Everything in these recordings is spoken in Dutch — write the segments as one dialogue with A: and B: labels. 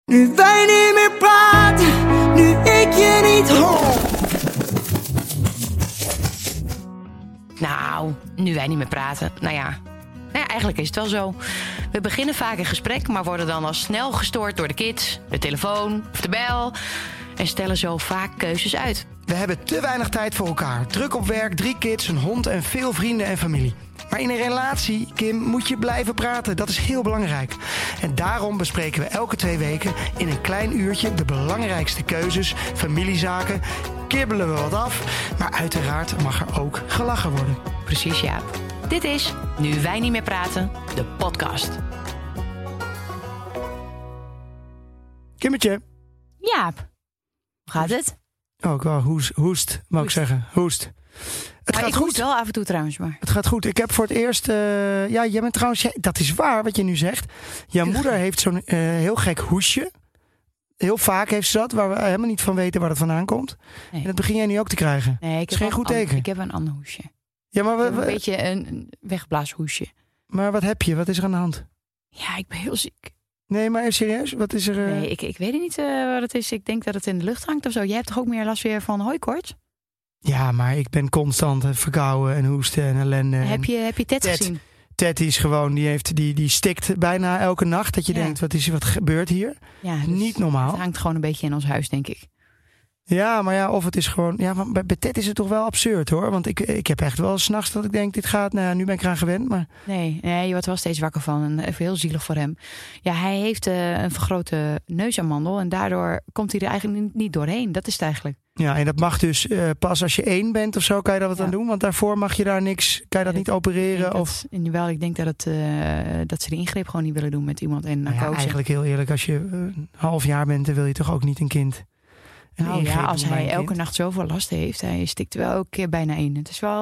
A: Nu wij niet meer praten, nu ik je niet hoor.
B: Nou, nu wij niet meer praten, nou ja, eigenlijk is het wel zo. We beginnen vaak een gesprek, maar worden dan al snel gestoord door de kids, de telefoon of de bel. En stellen zo vaak keuzes uit.
C: We hebben te weinig tijd voor elkaar. Druk op werk, 3 kids, een hond en veel vrienden en familie. Maar in een relatie, Kim, moet je blijven praten. Dat is heel belangrijk. En daarom bespreken we elke 2 weken in een klein uurtje de belangrijkste keuzes, familiezaken. Kibbelen we wat af, maar uiteraard mag er ook gelachen worden.
B: Precies, Jaap. Dit is Nu wij niet meer praten, de podcast.
C: Kimmetje.
B: Jaap, hoe gaat het?
C: Oh, ik wou hoest, ik zeggen. Hoest. Het gaat
B: ik
C: goed.
B: hoest wel af en toe trouwens, maar...
C: Het gaat goed. Ik heb voor het eerst... jij bent trouwens... dat is waar wat je nu zegt. Jouw moeder heeft zo'n heel gek hoesje. Heel vaak heeft ze dat, waar we helemaal niet van weten waar het vandaan komt. Nee. En dat begin jij nu ook te krijgen.
B: Nee,
C: ik heb geen goed teken.
B: Ik heb een ander hoesje.
C: Ja, maar
B: een beetje een weggeblaashoesje.
C: Maar wat heb je? Wat is er aan de hand?
B: Ja, ik ben heel ziek.
C: Nee, maar serieus? Wat is er?
B: Nee, ik weet niet wat het is. Ik denk dat het in de lucht hangt of zo. Jij hebt toch ook meer last weer van hooikoorts?
C: Ja, maar ik ben constant verkouden en hoesten en ellende.
B: Heb je Ted gezien?
C: Ted is gewoon, die stikt bijna elke nacht. Dat je denkt, wat gebeurt hier?
B: Ja, dus
C: niet normaal.
B: Het hangt gewoon een beetje in ons huis, denk ik.
C: Ja, maar ja, of het is gewoon... Ja, maar bij Ted is het toch wel absurd, hoor. Want ik heb echt wel 's nachts dat ik denk, dit gaat... Nou ja, nu ben ik eraan gewend, maar...
B: Nee, je wordt wel steeds wakker van. En even heel zielig voor hem. Ja, hij heeft een vergrote neusamandel. En daardoor komt hij er eigenlijk niet doorheen. Dat is het eigenlijk. Ja,
C: en dat mag dus pas als je 1 bent of zo, kan je daar wat aan doen? Want daarvoor mag je daar niks... Kan je dat niet opereren?
B: Ik denk dat ze de ingreep gewoon niet willen doen met iemand en narcose.
C: Ja, eigenlijk heel eerlijk, als je een half jaar bent, dan wil je toch ook niet een kind...
B: Nou ja, als hij elke nacht zoveel last heeft, hij stikt wel elke keer bijna in.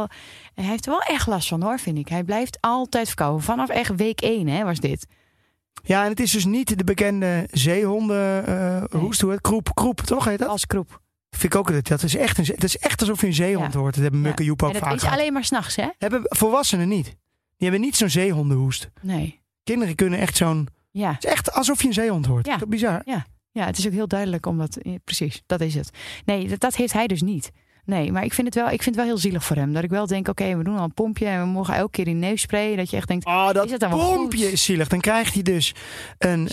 B: Hij heeft er wel echt last van, hoor, vind ik. Hij blijft altijd verkouden. Vanaf echt week 1, hè, was dit.
C: Ja, en het is dus niet de bekende zeehonden hoest, hoe het? Kroep, toch heet dat?
B: Als kroep.
C: Vind ik ook, dat is echt alsof je een zeehond hoort. Dat hebben Mukke Joep ook vaak gehad.
B: En dat is alleen maar 's nachts, hè?
C: Hebben volwassenen niet. Die hebben niet zo'n zeehondenhoest.
B: Nee.
C: Kinderen kunnen echt zo'n... Ja. Het is echt alsof je een zeehond hoort. Ja. Dat is bizar.
B: Ja, het is ook heel duidelijk omdat... precies, dat is het. Nee, dat heeft hij dus niet. Nee, maar ik vind het wel heel zielig voor hem. Dat ik wel denk, oké, we doen al een pompje en we mogen elke keer die neussprayen. Dat je echt denkt,
C: dat
B: is het dan wel
C: pompje
B: goed?
C: is zielig. Dan krijgt hij dus een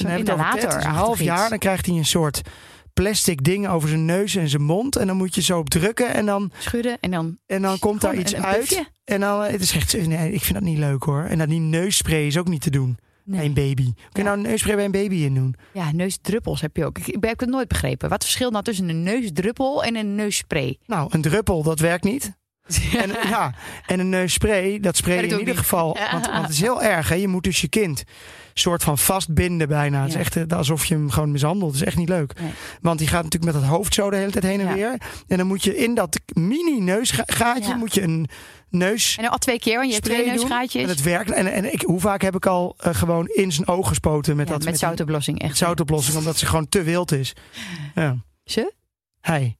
C: half jaar. Dan krijgt hij een soort plastic ding over zijn neus en zijn mond. En dan moet je zo op drukken en dan...
B: Schudden en dan
C: komt daar iets uit. Puffje. En dan, het is echt... Nee, ik vind dat niet leuk, hoor. En dat die neusspray is ook niet te doen. Nee. Een baby. Kun je nou een neusspray bij een baby in doen? Ja,
B: neusdruppels heb je ook. Ik heb het nooit begrepen. Wat het verschil nou tussen een neusdruppel en een neusspray?
C: Nou, een druppel, dat werkt niet. En een neusspray, dat spray je in ieder geval. Want het is heel erg, hè? Je moet dus je kind soort van vastbinden bijna. Het is echt alsof je hem gewoon mishandelt. Het is echt niet leuk. Nee. Want die gaat natuurlijk met het hoofd zo de hele tijd heen en weer. En dan moet je in dat mini neusgaatje moet je een neus.
B: En al 2 keer, want je hebt 2 neusgaatjes.
C: En het werkt. Hoe vaak heb ik al gewoon in zijn oog gespoten met
B: zoutoplossing, echt.
C: Zoutoplossing, omdat ze gewoon te wild is. Ja.
B: Ze?
C: Hij.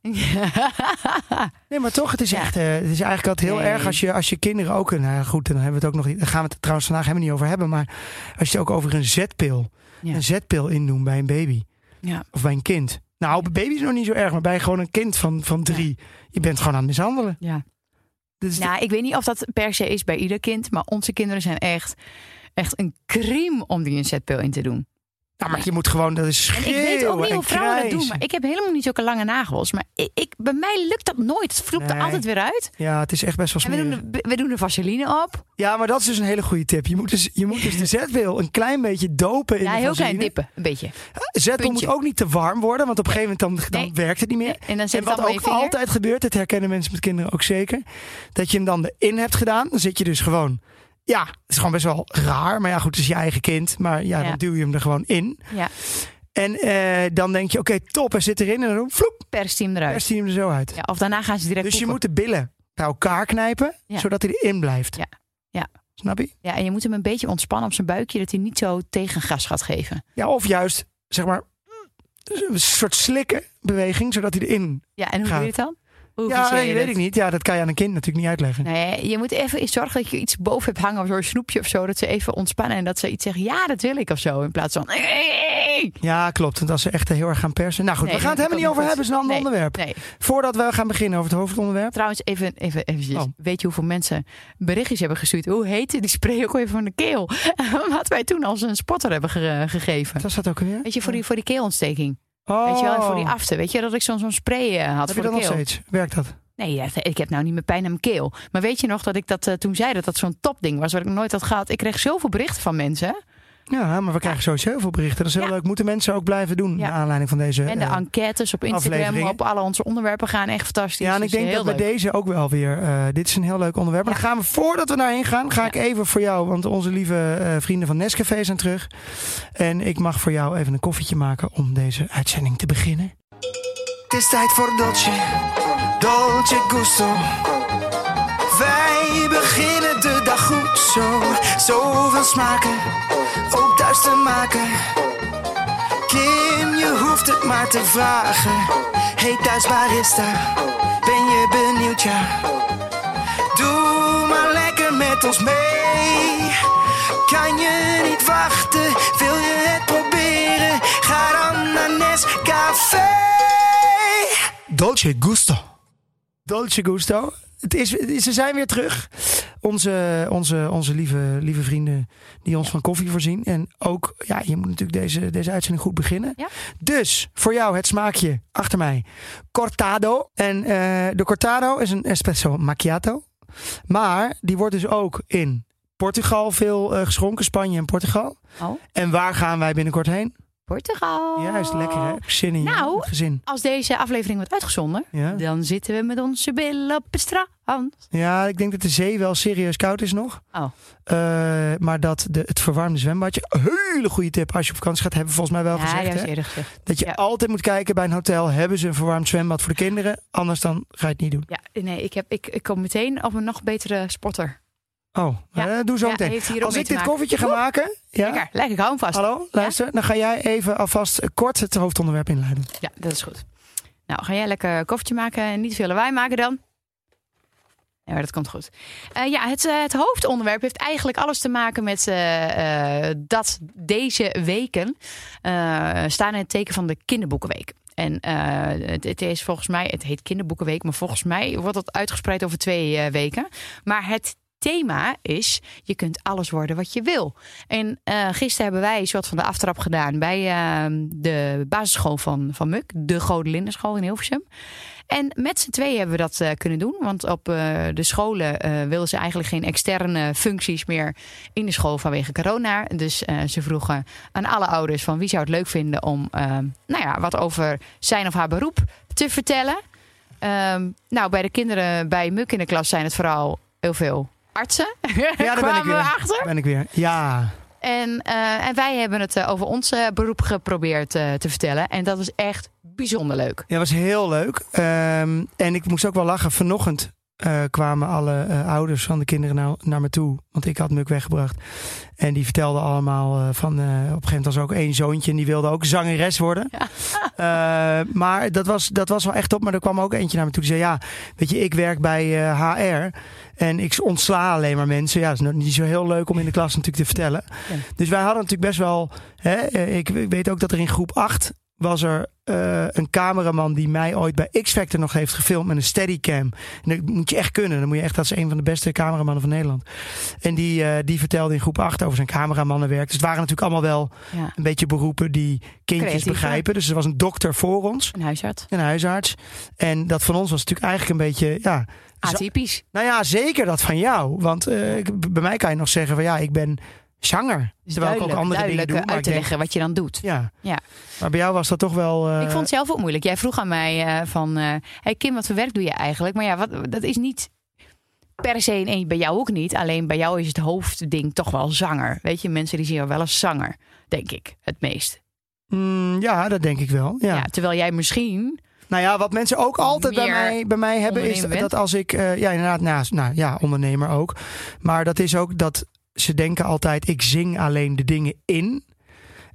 C: Nee, maar toch, het is echt. Het is eigenlijk altijd heel erg als je kinderen ook. Nou goed, dan hebben we het ook nog. Daar gaan we het trouwens vandaag helemaal niet over hebben. Maar als je het ook over een zetpil. Ja. Een zetpil indoen bij een baby. Ja. Of bij een kind. Nou, bij baby is nog niet zo erg, maar bij gewoon een kind van 3. Ja. Je bent gewoon aan het mishandelen.
B: Ja. Dus ik weet niet of dat per se is bij ieder kind. Maar onze kinderen zijn echt een crime om die een zetpil in te doen.
C: Nou, maar je moet gewoon, dat is schreeuwen.
B: En ik weet ook niet hoe vrouwen dat doen, maar ik heb helemaal niet zulke lange nagels. Maar bij mij lukt dat nooit. Het vloept er altijd weer uit.
C: Ja, het is echt best wel smerig.
B: We doen er vaseline op.
C: Ja, maar dat is dus een hele goede tip. Je moet dus de zetpil een klein beetje dopen in de vaseline.
B: Ja, heel klein dippen, een beetje.
C: Zetpil moet ook niet te warm worden, want op een gegeven moment dan werkt het niet meer.
B: Nee, en
C: wat ook altijd gebeurt, dat herkennen mensen met kinderen ook zeker, dat je hem dan erin hebt gedaan. Dan zit je dus gewoon... Ja, het is gewoon best wel raar. Maar ja, goed, het is je eigen kind. Maar dan duw je hem er gewoon in. Ja. En dan denk je, oké, top, hij zit erin. En dan vloep,
B: perst hij hem eruit.
C: Perst hij hem er zo uit.
B: Ja, of daarna gaan ze direct
C: Dus
B: poepen.
C: je moet de billen bij elkaar knijpen, zodat hij erin blijft.
B: Ja.
C: Snap je?
B: Ja, en je moet hem een beetje ontspannen op zijn buikje, dat hij niet zo tegengas gaat geven.
C: Ja, of juist, zeg maar, een soort slikkenbeweging, zodat hij erin
B: Ja, en hoe doe je het dan? Hoe
C: Ja,
B: viseer je
C: weet
B: het?
C: ik niet. Ja, dat kan je aan een kind natuurlijk niet uitleggen.
B: Nee, je moet even zorgen dat je iets boven hebt hangen, of zo'n snoepje of zo, dat ze even ontspannen en dat ze iets zeggen, ja, dat wil ik of zo, in plaats van.
C: Ja, klopt. Want als ze echt heel erg gaan persen. Nou goed,
B: Nee,
C: we gaan het
B: dat
C: helemaal niet
B: komt
C: over
B: niet
C: hebben. Het is een ander
B: goed.
C: onderwerp.
B: Nee.
C: Voordat we gaan beginnen over het hoofdonderwerp.
B: Trouwens, even.
C: Oh.
B: Weet je hoeveel mensen berichtjes hebben gestuurd? Hoe heette die spray ook even van de keel? Wat wij toen als een spotter hebben gegeven.
C: Wat was dat ook alweer?
B: Weet je, voor die keelontsteking.
C: Oh.
B: Weet je wel, voor die afte. Weet je, dat ik zo'n spray had
C: Heb
B: voor
C: je
B: de
C: dat nog
B: keel.
C: steeds? Werkt dat?
B: Nee, ja, ik heb nou niet meer pijn aan mijn keel. Maar weet je nog dat ik dat toen zei dat zo'n topding was, wat ik nooit had gehad. Ik kreeg zoveel berichten van mensen.
C: Ja, maar we krijgen sowieso heel veel berichten. Dat is heel leuk. Moeten mensen ook blijven doen naar aanleiding van deze
B: En de enquêtes op Instagram,
C: afleveringen.
B: op alle onze onderwerpen gaan echt fantastisch.
C: Ja, en ik
B: Dus
C: denk
B: heel
C: dat bij
B: leuk.
C: deze ook wel weer. Dit is een heel leuk onderwerp. Maar dan gaan we, voordat we daarheen gaan, ga ik even voor jou. Want onze lieve vrienden van Nescafé zijn terug. En ik mag voor jou even een koffietje maken om deze uitzending te beginnen. Het is tijd voor Dolce Gusto. Wij beginnen de dag goed zo. Zoveel smaken, ook thuis te maken. Kim, je hoeft het maar te vragen. Hey thuis barista, ben je benieuwd, ja? Doe maar lekker met ons mee. Kan je niet wachten, wil je het proberen? Ga dan naar Nescafé. Dolce Gusto. Dolce Gusto. Ze zijn weer terug. Onze lieve vrienden die ons van koffie voorzien. En ook, ja, je moet natuurlijk deze uitzending goed beginnen.
B: Ja.
C: Dus voor jou het smaakje achter mij. Cortado. En de Cortado is een espresso macchiato. Maar die wordt dus ook in Portugal veel geschonken. Spanje en Portugal.
B: Oh.
C: En waar gaan wij binnenkort heen?
B: Portugal.
C: Juist, lekker hè? Heb je zin in
B: Nou,
C: het gezin.
B: Als deze aflevering wordt uitgezonden,
C: Ja.
B: dan zitten we met onze billen op het strand.
C: Ja, ik denk dat de zee wel serieus koud is nog.
B: Oh.
C: Maar dat het verwarmde zwembadje, een hele goede tip als je op vakantie gaat, hebben we volgens mij wel
B: Ja,
C: gezegd.
B: dat is
C: Hè?
B: eerder gezegd.
C: Dat je
B: Ja.
C: altijd moet kijken bij een hotel, hebben ze een verwarmd zwembad voor de kinderen? Anders dan ga je het niet doen.
B: Ja, nee, ik kom meteen op een nog betere spotter.
C: Oh, doe zo
B: Ja,
C: meteen.
B: heeft hier ook
C: Als
B: mee
C: ik
B: te
C: dit
B: maken.
C: koffietje ga maken. Ja?
B: Lekker, ik hou hem vast.
C: Hallo, luister. Dan ga jij even alvast kort het hoofdonderwerp inleiden.
B: Ja, dat is goed. Nou, ga jij lekker een koffietje maken en niet veel lawaai maken dan? Ja, maar dat komt goed. Het hoofdonderwerp heeft eigenlijk alles te maken met dat deze weken staan in het teken van de Kinderboekenweek. En het is volgens mij, het heet Kinderboekenweek, maar volgens mij wordt dat uitgespreid over 2 weken. Maar het thema is, je kunt alles worden wat je wil. En gisteren hebben wij een soort van de aftrap gedaan bij de basisschool van Muk, de Godelindenschool in Hilversum. En met z'n tweeën hebben we dat kunnen doen. Want op de scholen wilden ze eigenlijk geen externe functies meer in de school vanwege corona. Dus ze vroegen aan alle ouders van wie zou het leuk vinden om wat over zijn of haar beroep te vertellen. Bij de kinderen bij Muk in de klas zijn het vooral heel veel artsen.
C: Ja, daar ben ik weer.
B: Achter.
C: Ben ik weer. Ja.
B: En wij hebben het over ons beroep geprobeerd te vertellen. En dat is echt bijzonder leuk.
C: Ja, was heel leuk. En ik moest ook wel lachen. Vanochtend kwamen alle ouders van de kinderen naar me toe. Want ik had Muk weggebracht. En die vertelden allemaal op een gegeven moment was er ook 1 zoontje. En die wilde ook zangeres worden. Ja. Maar dat was wel echt top. Maar er kwam ook eentje naar me toe. Die zei, ja, weet je, ik werk bij HR. En ik ontsla alleen maar mensen. Ja, dat is niet zo heel leuk om in de klas natuurlijk te vertellen. Ja. Dus wij hadden natuurlijk best wel... ik weet ook dat er in groep 8 was er een cameraman die mij ooit bij X-Factor nog heeft gefilmd met een steadycam. En dat moet je echt kunnen. Dan moet je echt, dat is een van de beste cameramannen van Nederland. En die vertelde in groep 8 over zijn cameramannenwerk. Dus het waren natuurlijk allemaal wel een beetje beroepen die kindjes creatief begrijpen. Dus er was een dokter voor ons. Een huisarts. En dat van ons was natuurlijk eigenlijk een beetje... Ja,
B: atypisch.
C: Nou ja, zeker dat van jou. Want bij mij kan je nog zeggen van ja, ik ben zanger.
B: Dus
C: terwijl ik ook andere dingen doe.
B: Uit te leggen wat je dan doet.
C: Ja. Maar bij jou was dat toch wel...
B: Ik vond het zelf ook moeilijk. Jij vroeg aan mij hey Kim, wat voor werk doe je eigenlijk? Maar ja, dat is niet per se bij jou ook niet. Alleen bij jou is het hoofdding toch wel zanger. Weet je, mensen die zien jou wel als zanger, denk ik, het meest.
C: Ja, dat denk ik wel. Ja,
B: terwijl jij misschien...
C: Nou ja, wat mensen ook altijd bij mij hebben is dat als ik... inderdaad, ondernemer ook. Maar dat is ook dat ze denken altijd, ik zing alleen de dingen in.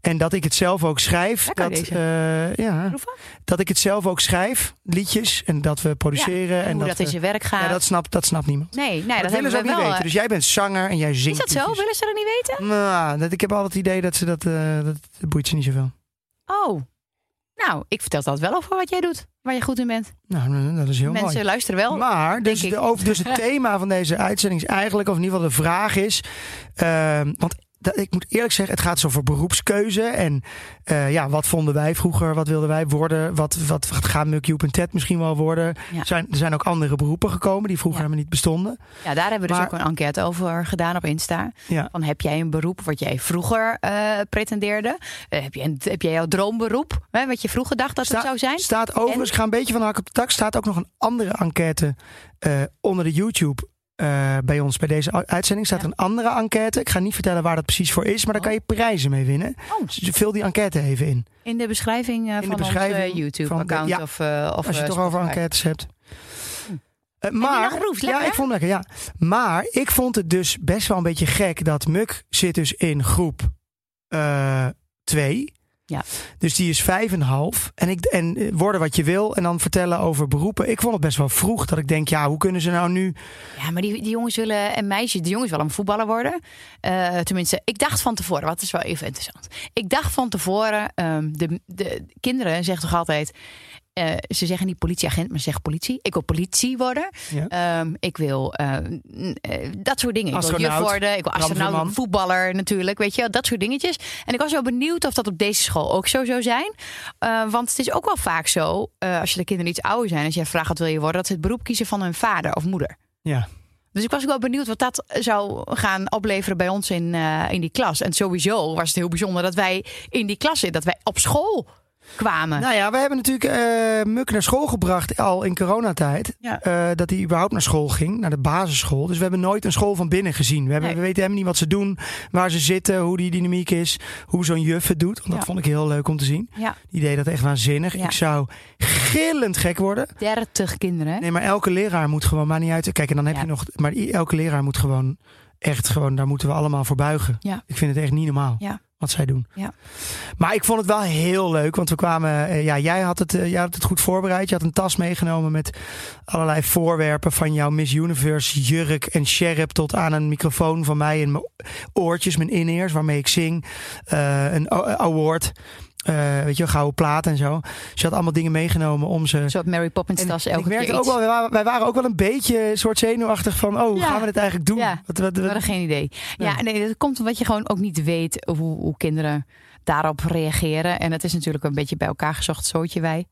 C: En dat ik het zelf ook schrijf.
B: Proeven?
C: Dat ik het zelf ook schrijf, liedjes. En dat we produceren.
B: Ja, en hoe dat in zijn werk gaat.
C: Ja, dat snapt niemand.
B: Nee,
C: dat willen ze ook niet weten. Dus jij bent zanger en jij zingt.
B: Is dat zo?
C: liedjes.
B: Willen ze dat niet weten?
C: Nou, ik heb altijd het idee dat ze dat boeit ze niet zoveel.
B: Oh. Nou, ik vertel dat wel over wat jij dout. Waar je goed in bent.
C: Nou, dat is heel mooi.
B: Mensen luisteren wel.
C: Maar, dus het thema van deze uitzending is eigenlijk, of in ieder geval de vraag is... want ik moet eerlijk zeggen, het gaat zo over beroepskeuze. En wat vonden wij vroeger? Wat wilden wij worden? Wat gaat Muk, Joep en Ted misschien wel worden? Ja. Er zijn ook andere beroepen gekomen die vroeger helemaal niet bestonden.
B: Ja, daar hebben we dus ook een enquête over gedaan op Insta. Ja. Van, heb jij een beroep wat jij vroeger pretendeerde? Heb jij jouw droomberoep? Wat je vroeger dacht dat het zou zijn?
C: Staat overigens, ik ga een beetje van de hak op de tak. Staat ook nog een andere enquête onder de YouTube. Bij ons, bij deze uitzending, staat er een andere enquête. Ik ga niet vertellen waar dat precies voor is, maar daar kan je prijzen mee winnen. Dus vul die enquête even in.
B: In de beschrijving van ons YouTube-account? Of
C: als je het toch over enquêtes hebt.
B: Maar,
C: ik vond het lekker, ja. Maar ik vond het dus best wel een beetje gek dat Muk zit dus in groep 2.
B: Ja.
C: Dus die is 5,5. En worden wat je wil en dan vertellen over beroepen. Ik vond het best wel vroeg dat ik denk, hoe kunnen ze nou nu...
B: Ja, maar die jongens willen, en meisjes, die jongens willen een voetballer worden. Tenminste, ik dacht van tevoren, wat is wel even interessant. Ik dacht van tevoren, de kinderen zeggen toch altijd... ze zeggen niet politieagent, maar ze zeggen politie. Ik wil politie worden. Ja. Ik wil dat soort dingen. Ik wil juf worden. Ik wil astronaut, voetballer natuurlijk. Weet je, dat soort dingetjes. En ik was wel benieuwd of dat op deze school ook zo zou zijn. Want het is ook wel vaak zo, als je de kinderen iets ouder zijn, als jij vraagt wat wil je worden, dat ze het beroep kiezen van hun vader of moeder.
C: Ja.
B: Dus ik was ook wel benieuwd wat dat zou gaan opleveren bij ons in die klas. En sowieso was het heel bijzonder dat wij in die klas zitten, dat wij op school kwamen.
C: Nou ja, we hebben natuurlijk Muk naar school gebracht al in coronatijd. Ja. Dat hij überhaupt naar school ging, naar de basisschool. Dus we hebben nooit een school van binnen gezien. We weten helemaal niet wat ze doen, waar ze zitten, hoe die dynamiek is, hoe zo'n juf het doet. Want dat vond ik heel leuk om te zien. Ja. Die deed dat echt waanzinnig. Ja. Ik zou gillend gek worden.
B: 30 kinderen.
C: Nee, maar elke leraar moet gewoon, maar niet uit. Kijk, en dan heb je nog, maar elke leraar moet gewoon, daar moeten we allemaal voor buigen. Ja. Ik vind het echt niet normaal. Ja. Wat zij doen. Ja. Maar ik vond het wel heel leuk, want we kwamen... jij had het goed voorbereid. Je had een tas meegenomen met allerlei voorwerpen, van jouw Miss Universe jurk en sjerp tot aan een microfoon van mij en mijn oortjes, mijn in-ears waarmee ik zing. Een award. Weet je, een gouden plaat en zo. Dus je had allemaal dingen meegenomen om ze...
B: Zo'n Mary Poppins tas elke keer
C: ook wel, wij waren ook wel een beetje soort zenuwachtig van... hoe gaan we dit eigenlijk doen?
B: Ja, we hadden geen idee. Ja, nee, dat komt omdat je gewoon ook niet weet hoe kinderen daarop reageren. En het is natuurlijk een beetje bij elkaar gezocht zootje wij.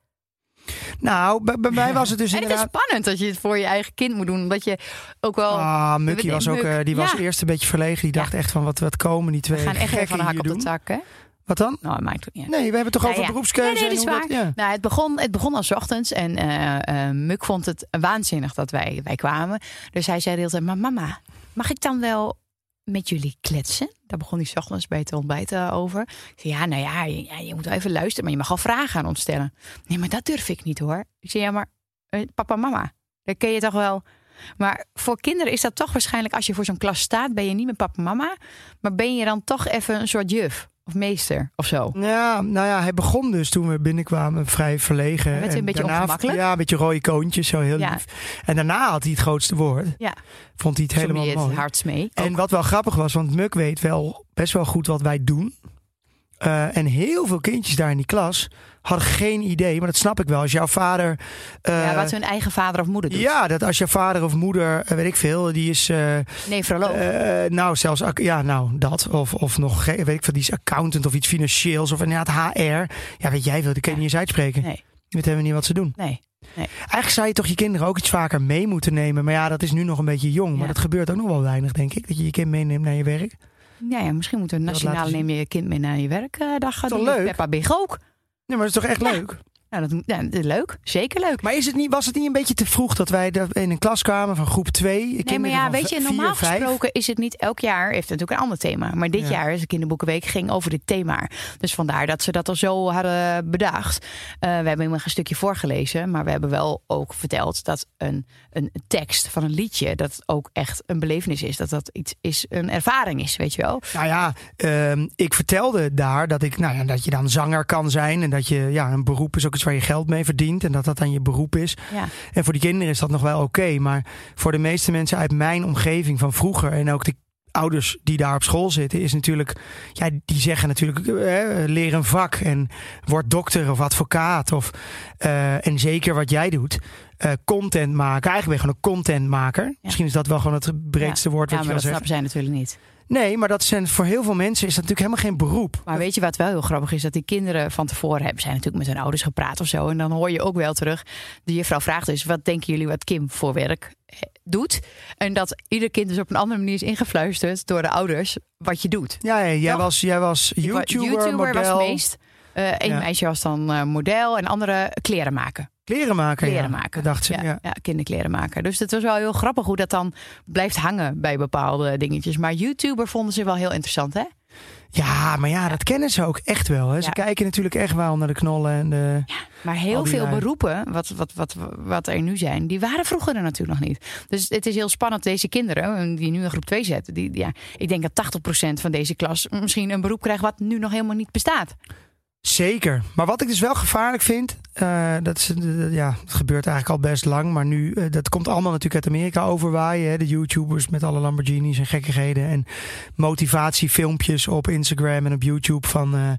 C: Nou, bij mij was het dus
B: inderdaad... En het is spannend dat je het voor je eigen kind moet doen. Omdat je ook wel...
C: Mukkie was ook... die was eerst een beetje verlegen. Die dacht echt van, wat komen die twee
B: gekken hier doen. We gaan echt van de hak op de tak, hè?
C: Wat dan?
B: Nou, maakt het niet.
C: Nee, we hebben het toch over beroepskeuze.
B: Nee, dat is waar. Nou, het begon als ochtends en Muk vond het waanzinnig dat wij kwamen. Dus hij zei de hele tijd, maar mama, mag ik dan wel met jullie kletsen? Daar begon hij 's ochtends bij het ontbijten over. Ik zei, je moet wel even luisteren, maar je mag al vragen aan ons stellen. Nee, maar dat durf ik niet hoor. Ik zei, maar papa, mama, dat ken je toch wel... Maar voor kinderen is dat toch waarschijnlijk, als je voor zo'n klas staat, ben je niet met papa en mama, maar ben je dan toch even een soort juf of meester of zo.
C: Ja, nou ja, hij begon dus toen we binnenkwamen vrij verlegen.
B: Werd hij een beetje ongemakkelijk?
C: Ja, een beetje rode koontjes, zo heel lief. En daarna had hij het grootste woord. Ja. Vond hij het helemaal mooi.
B: Het hardst mee.
C: En wat wel grappig was, want Muk weet wel best wel goed wat wij doen. En heel veel kindjes daar in die klas hadden geen idee, maar dat snap ik wel. Als jouw vader...
B: wat hun eigen vader of moeder doet.
C: Ja, dat als jouw vader of moeder, weet ik veel, die is...
B: nefroloog.
C: Nou, zelfs... dat. Of nog, weet ik veel, die is accountant of iets financieels. Of inderdaad HR. Ja, weet jij veel, die kun je niet eens uitspreken. Nee. Je weet helemaal niet wat ze doen.
B: Nee.
C: Eigenlijk zou je toch je kinderen ook iets vaker mee moeten nemen. Maar ja, dat is nu nog een beetje jong. Maar dat gebeurt ook nog wel weinig, denk ik. Dat je je kind meeneemt naar je werk.
B: Ja, misschien moeten we nationaal neem je kind mee naar je werkdag. Dat leuk. Peppa Big ook.
C: Nee, maar dat is toch echt leuk?
D: Nou, dat is leuk. Zeker leuk.
C: Maar was het niet een beetje te vroeg dat wij in een klas kwamen van groep 2?
D: Nee, maar ja, weet je, normaal gesproken is het niet elk jaar, heeft het natuurlijk een ander thema. Maar dit jaar is de Kinderboekenweek ging over dit thema. Dus vandaar dat ze dat al zo hadden bedacht. We hebben hem een stukje voorgelezen, maar we hebben wel ook verteld dat een tekst van een liedje, dat ook echt een belevenis is. Dat iets is, een ervaring is, weet je wel.
C: Nou ja, ik vertelde daar dat je dan zanger kan zijn en dat je een beroep is ook iets waar je geld mee verdient en dat dan je beroep is. Ja. En voor die kinderen is dat nog wel oké, maar voor de meeste mensen uit mijn omgeving van vroeger en ook de ouders die daar op school zitten, is natuurlijk, die zeggen natuurlijk, leer een vak en word dokter of advocaat en zeker wat jij doet. Content maken. Eigenlijk ben je gewoon een contentmaker. Ja. Misschien is dat wel gewoon het breedste woord wat je wil zeggen.
D: Maar dat snappen zij natuurlijk niet.
C: Nee, maar voor heel veel mensen is dat natuurlijk helemaal geen beroep.
D: Maar weet je wat wel heel grappig is? Dat die kinderen van tevoren zijn natuurlijk met hun ouders gepraat of zo. En dan hoor je ook wel terug. De juffrouw vraagt dus, wat denken jullie wat Kim voor werk doet? En dat ieder kind dus op een andere manier is ingefluisterd door de ouders wat je doet.
C: Ja, jij was YouTuber, model.
D: Was meest. Eén meisje was dan model en andere klerenmaker.
C: Klerenmaker, dacht ze.
D: Ja, kinderklerenmaker. Dus het was wel heel grappig hoe dat dan blijft hangen bij bepaalde dingetjes. Maar YouTuber vonden ze wel heel interessant, hè?
C: Ja, maar dat kennen ze ook echt wel. Hè? Ze kijken natuurlijk echt wel naar de knollen. En
D: maar heel veel beroepen, wat er nu zijn, die waren vroeger er natuurlijk nog niet. Dus het is heel spannend, deze kinderen, die nu in groep 2 zitten. Ik denk dat 80% van deze klas misschien een beroep krijgt wat nu nog helemaal niet bestaat.
C: Zeker. Maar wat ik dus wel gevaarlijk vind, het gebeurt eigenlijk al best lang, maar nu, dat komt allemaal natuurlijk uit Amerika overwaaien. Hè? De YouTubers met alle Lamborghinis en gekkigheden en motivatiefilmpjes op Instagram en op YouTube van,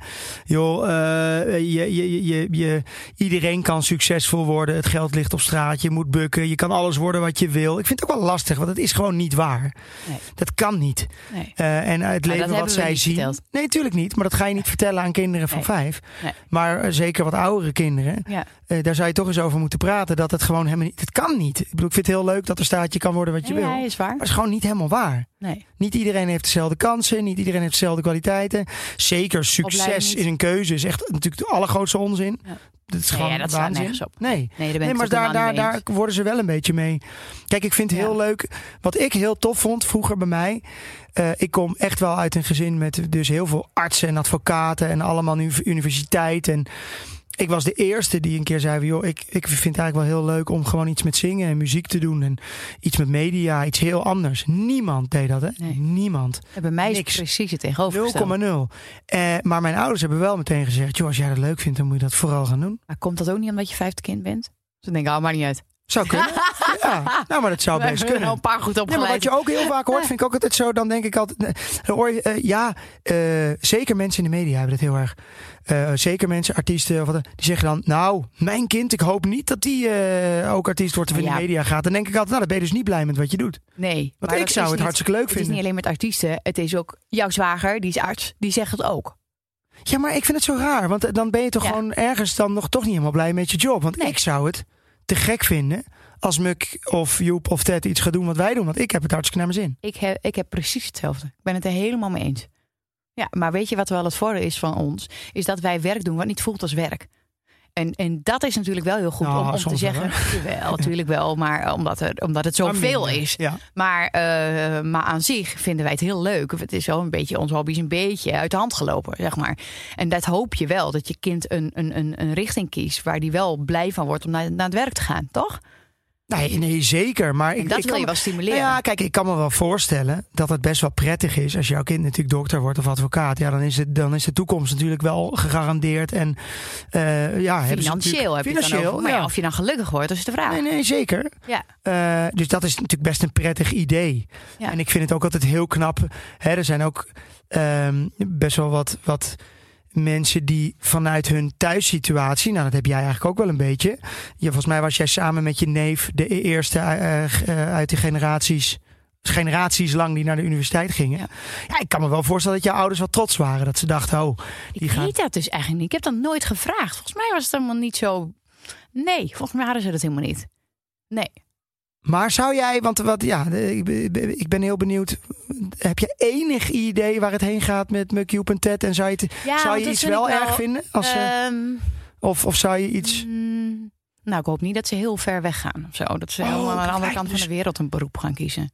C: iedereen kan succesvol worden, het geld ligt op straat, je moet bukken, je kan alles worden wat je wil. Ik vind het ook wel lastig, want het is gewoon niet waar. Nee. Dat kan niet. Nee. En het leven wat zij zien. Verteld. Nee, natuurlijk niet, maar dat ga je niet vertellen aan kinderen van 5. Nee. Maar zeker wat oudere kinderen. Ja. Daar zou je toch eens over moeten praten. Dat het gewoon helemaal niet. Het kan niet. Ik bedoel, ik vind het heel leuk dat er staat je kan worden wat je wil.
D: Ja, is waar.
C: Maar het is gewoon niet helemaal waar. Nee. Niet iedereen heeft dezelfde kansen. Niet iedereen heeft dezelfde kwaliteiten. Zeker succes in een keuze is echt natuurlijk de allergrootste onzin. Ja. Dat is gewoon
D: dat slaat nergens op.
C: Nee, maar daar worden ze wel een beetje mee. Kijk, ik vind het heel leuk. Wat ik heel tof vond vroeger bij mij. Ik kom echt wel uit een gezin met dus heel veel artsen en advocaten en allemaal universiteit. En ik was de eerste die een keer zei, ik vind het eigenlijk wel heel leuk om gewoon iets met zingen en muziek te doen. En iets met media, iets heel anders. Niemand deed dat, hè? Nee. Niemand.
D: Bij mij is het precies het tegenovergestelde.
C: 0,0. Maar mijn ouders hebben wel meteen gezegd, als jij dat leuk vindt, dan moet je dat vooral gaan doen.
D: Maar komt dat ook niet omdat je 5e kind bent? Ze denken, maakt niet uit.
C: Zou kunnen. Ja, nou, maar dat zou best kunnen.
D: Een paar goed opgeleid.
C: Ja, maar wat je ook heel vaak hoort, vind ik ook altijd zo. Dan denk ik altijd, zeker mensen in de media hebben dat heel erg. Zeker mensen, artiesten, of wat, die zeggen dan, nou, mijn kind, ik hoop niet dat die ook artiest wordt of in de media gaat. Dan denk ik altijd, nou, dan ben je dus niet blij met wat je doet.
D: Nee.
C: Want ik zou het hartstikke leuk vinden.
D: Het is niet alleen met artiesten, het is ook jouw zwager, die is arts, die zegt het ook.
C: Ja, maar ik vind het zo raar, want dan ben je toch gewoon ergens dan nog toch niet helemaal blij met je job. Want ik zou het te gek vinden als Muk of Joep of Ted iets gaat doen wat wij doen. Want ik heb het hartstikke naar mijn
D: zin. Ik heb precies hetzelfde. Ik ben het er helemaal mee eens. Ja, maar weet je wat wel het voordeel is van ons? Is dat wij werk doen wat niet voelt als werk. En dat is natuurlijk wel heel goed om te zeggen. Wel, natuurlijk wel, maar omdat het zoveel is. Ja. Maar aan zich vinden wij het heel leuk. Het is wel een beetje, onze hobby is een beetje uit de hand gelopen, zeg maar. En dat hoop je wel, dat je kind een richting kiest waar die wel blij van wordt om naar het werk te gaan, toch?
C: Nee, zeker. Maar
D: dat wil je wel stimuleren.
C: Ja, kijk, ik kan me wel voorstellen dat het best wel prettig is als jouw kind natuurlijk dokter wordt of advocaat. Ja, dan is de toekomst natuurlijk wel gegarandeerd. En
D: financieel heb je het dan over. Maar of je dan gelukkig wordt, dat is de vraag.
C: Nee, zeker. Ja. Dus dat is natuurlijk best een prettig idee. Ja. En ik vind het ook altijd heel knap. Er zijn ook best wel wat mensen die vanuit hun thuissituatie, nou dat heb jij eigenlijk ook wel een beetje. Volgens mij was jij samen met je neef de eerste uit die generaties lang die naar de universiteit gingen. Ja, ik kan me wel voorstellen dat jouw ouders wel trots waren. Dat ze dachten,
D: ik weet dat dus eigenlijk niet. Ik heb dat nooit gevraagd. Volgens mij was het helemaal niet zo. Nee, volgens mij hadden ze dat helemaal niet. Nee.
C: Maar zou jij, ik ben heel benieuwd. Heb je enig idee waar het heen gaat met Muk, Joep en Ted? En zou je iets wel erg vinden? Of zou je iets...
D: Nou, ik hoop niet dat ze heel ver weg gaan of zo. Dat ze helemaal aan de andere kant van de wereld een beroep gaan kiezen.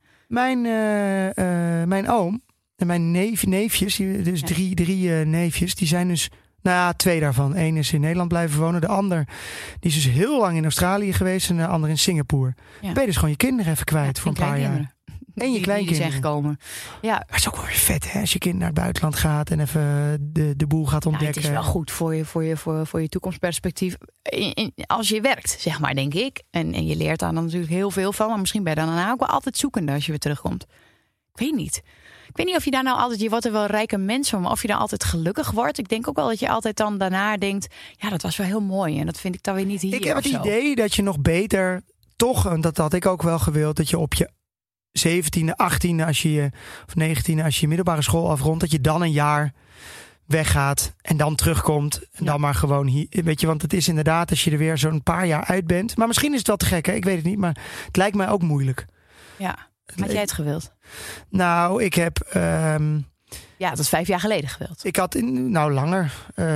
C: Mijn oom en mijn neefjes, dus drie neefjes, die zijn dus... Nou ja, 2 daarvan. 1 is in Nederland blijven wonen. De ander die is dus heel lang in Australië geweest en de ander in Singapore. Ben je dus gewoon je kinderen even kwijt voor een paar jaar. En je kleinkinderen. Die zijn gekomen. Ja. Maar het is ook wel weer vet, hè? Als je kind naar het buitenland gaat en even de boel gaat ontdekken.
D: Het is wel goed voor je toekomstperspectief. Als je werkt, zeg maar, denk ik. En je leert daar dan natuurlijk heel veel van. Maar misschien ben je dan daarna ook wel altijd zoekende als je weer terugkomt. Ik weet niet. Ik weet niet of je daar nou altijd... Je wordt er wel een rijke mens van, maar of je dan altijd gelukkig wordt. Ik denk ook wel dat je altijd dan daarna denkt... Ja, dat was wel heel mooi en dat vind ik dan weer niet hier.
C: Ik heb het idee dat je nog beter... Toch, en dat had ik ook wel gewild... dat je op je 17e, 18e of 19e... als je middelbare school afrondt... dat je dan een jaar weggaat en dan terugkomt. En dan maar gewoon hier... Weet je, want het is inderdaad als je er weer zo'n paar jaar uit bent... Maar misschien is het wel te gek, hè? Ik weet het niet. Maar het lijkt mij ook moeilijk.
D: Ja, had jij het gewild?
C: Nou, ik heb...
D: Ja, dat is 5 jaar geleden gewild.
C: Ik had, langer.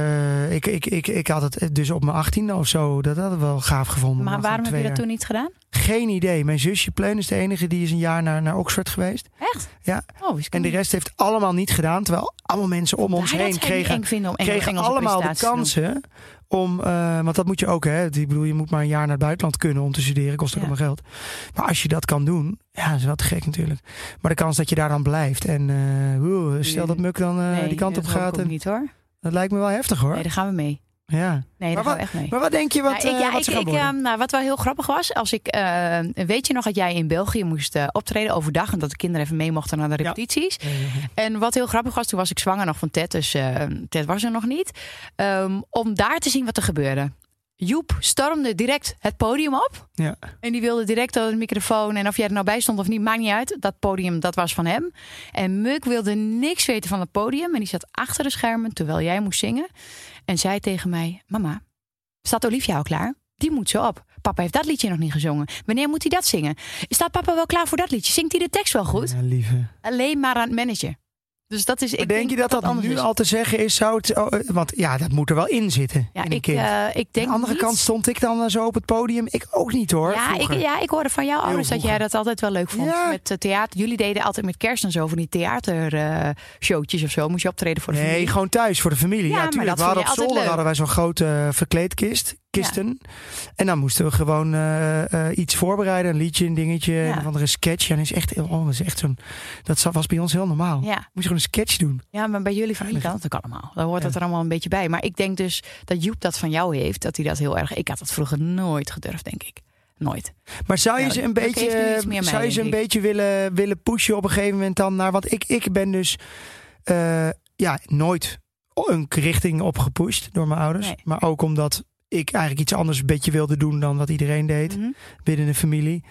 C: Ik had het dus op mijn 18e of zo. Dat had ik wel gaaf gevonden.
D: Maar waarom heb je dat toen niet gedaan?
C: Geen idee. Mijn zusje Pleun is de enige die is een jaar naar Oxford geweest.
D: Echt?
C: Ja. En de rest heeft allemaal niet gedaan. Terwijl allemaal mensen om ons heen kregen allemaal de kansen om, want dat moet je ook, hè. Ik bedoel, je moet maar een jaar naar het buitenland kunnen om te studeren. Kost ook allemaal geld. Maar als je dat kan doen, ja, dat is wel te gek natuurlijk. Maar de kans dat je daar dan blijft en stel dat Muk dan die kant op gaat.
D: En niet, hoor.
C: Dat lijkt me wel heftig, hoor.
D: Nee, daar gaan we mee.
C: Ja.
D: Nee, daar gaan we echt mee.
C: Maar wat denk je wat ze gaan worden?
D: Wat wel heel grappig was, als ik weet je nog dat jij in België moest optreden overdag en dat de kinderen even mee mochten naar de repetities. Ja. En wat heel grappig was, toen was ik zwanger nog van Ted, dus Ted was er nog niet. Om daar te zien wat er gebeurde. Joep stormde direct het podium op. Ja. En die wilde direct door de microfoon. En of jij er nou bij stond of niet, maakt niet uit. Dat podium, dat was van hem. En Muk wilde niks weten van het podium. En die zat achter de schermen terwijl jij moest zingen. En zei tegen mij: Mama, staat Olivia al klaar? Die moet zo op. Papa heeft dat liedje nog niet gezongen. Wanneer moet hij dat zingen? Staat papa wel klaar voor dat liedje? Zingt hij de tekst wel goed?
C: Ja, lieve.
D: Alleen maar aan het managen. Dus dat is,
C: denk je dat nu al te zeggen is? Want ja, dat moet er wel in zitten. Ja, in een kind.
D: Ik denk.
C: Aan de andere kant stond ik dan zo op het podium. Ik ook niet, hoor.
D: Ik hoorde van jou ouders dat jij dat altijd wel leuk vond. Ja. Met theater. Jullie deden altijd met kerst en zo van die theatershowtjes of zo. Moest je optreden voor de familie?
C: Nee, gewoon thuis voor de familie. Ja, tuurlijk. We hadden op zolder hadden wij zo'n grote verkleedkisten. En dan moesten we gewoon iets voorbereiden. Een liedje, een dingetje, een andere sketch. Ja, dat was bij ons heel normaal. Ja. Moest je gewoon een sketch doen.
D: Ja, maar bij jullie familie kan dat ook allemaal. Dan hoort dat er allemaal een beetje bij. Maar ik denk dus dat Joep dat van jou heeft. Dat hij dat heel erg... Ik had dat vroeger nooit gedurfd, denk ik. Nooit.
C: Maar zou je ze een beetje willen pushen op een gegeven moment dan naar... Want ik ben dus nooit een richting op gepusht door mijn ouders. Nee. Maar ook omdat... ik eigenlijk iets anders een beetje wilde doen dan wat iedereen deed binnen de familie.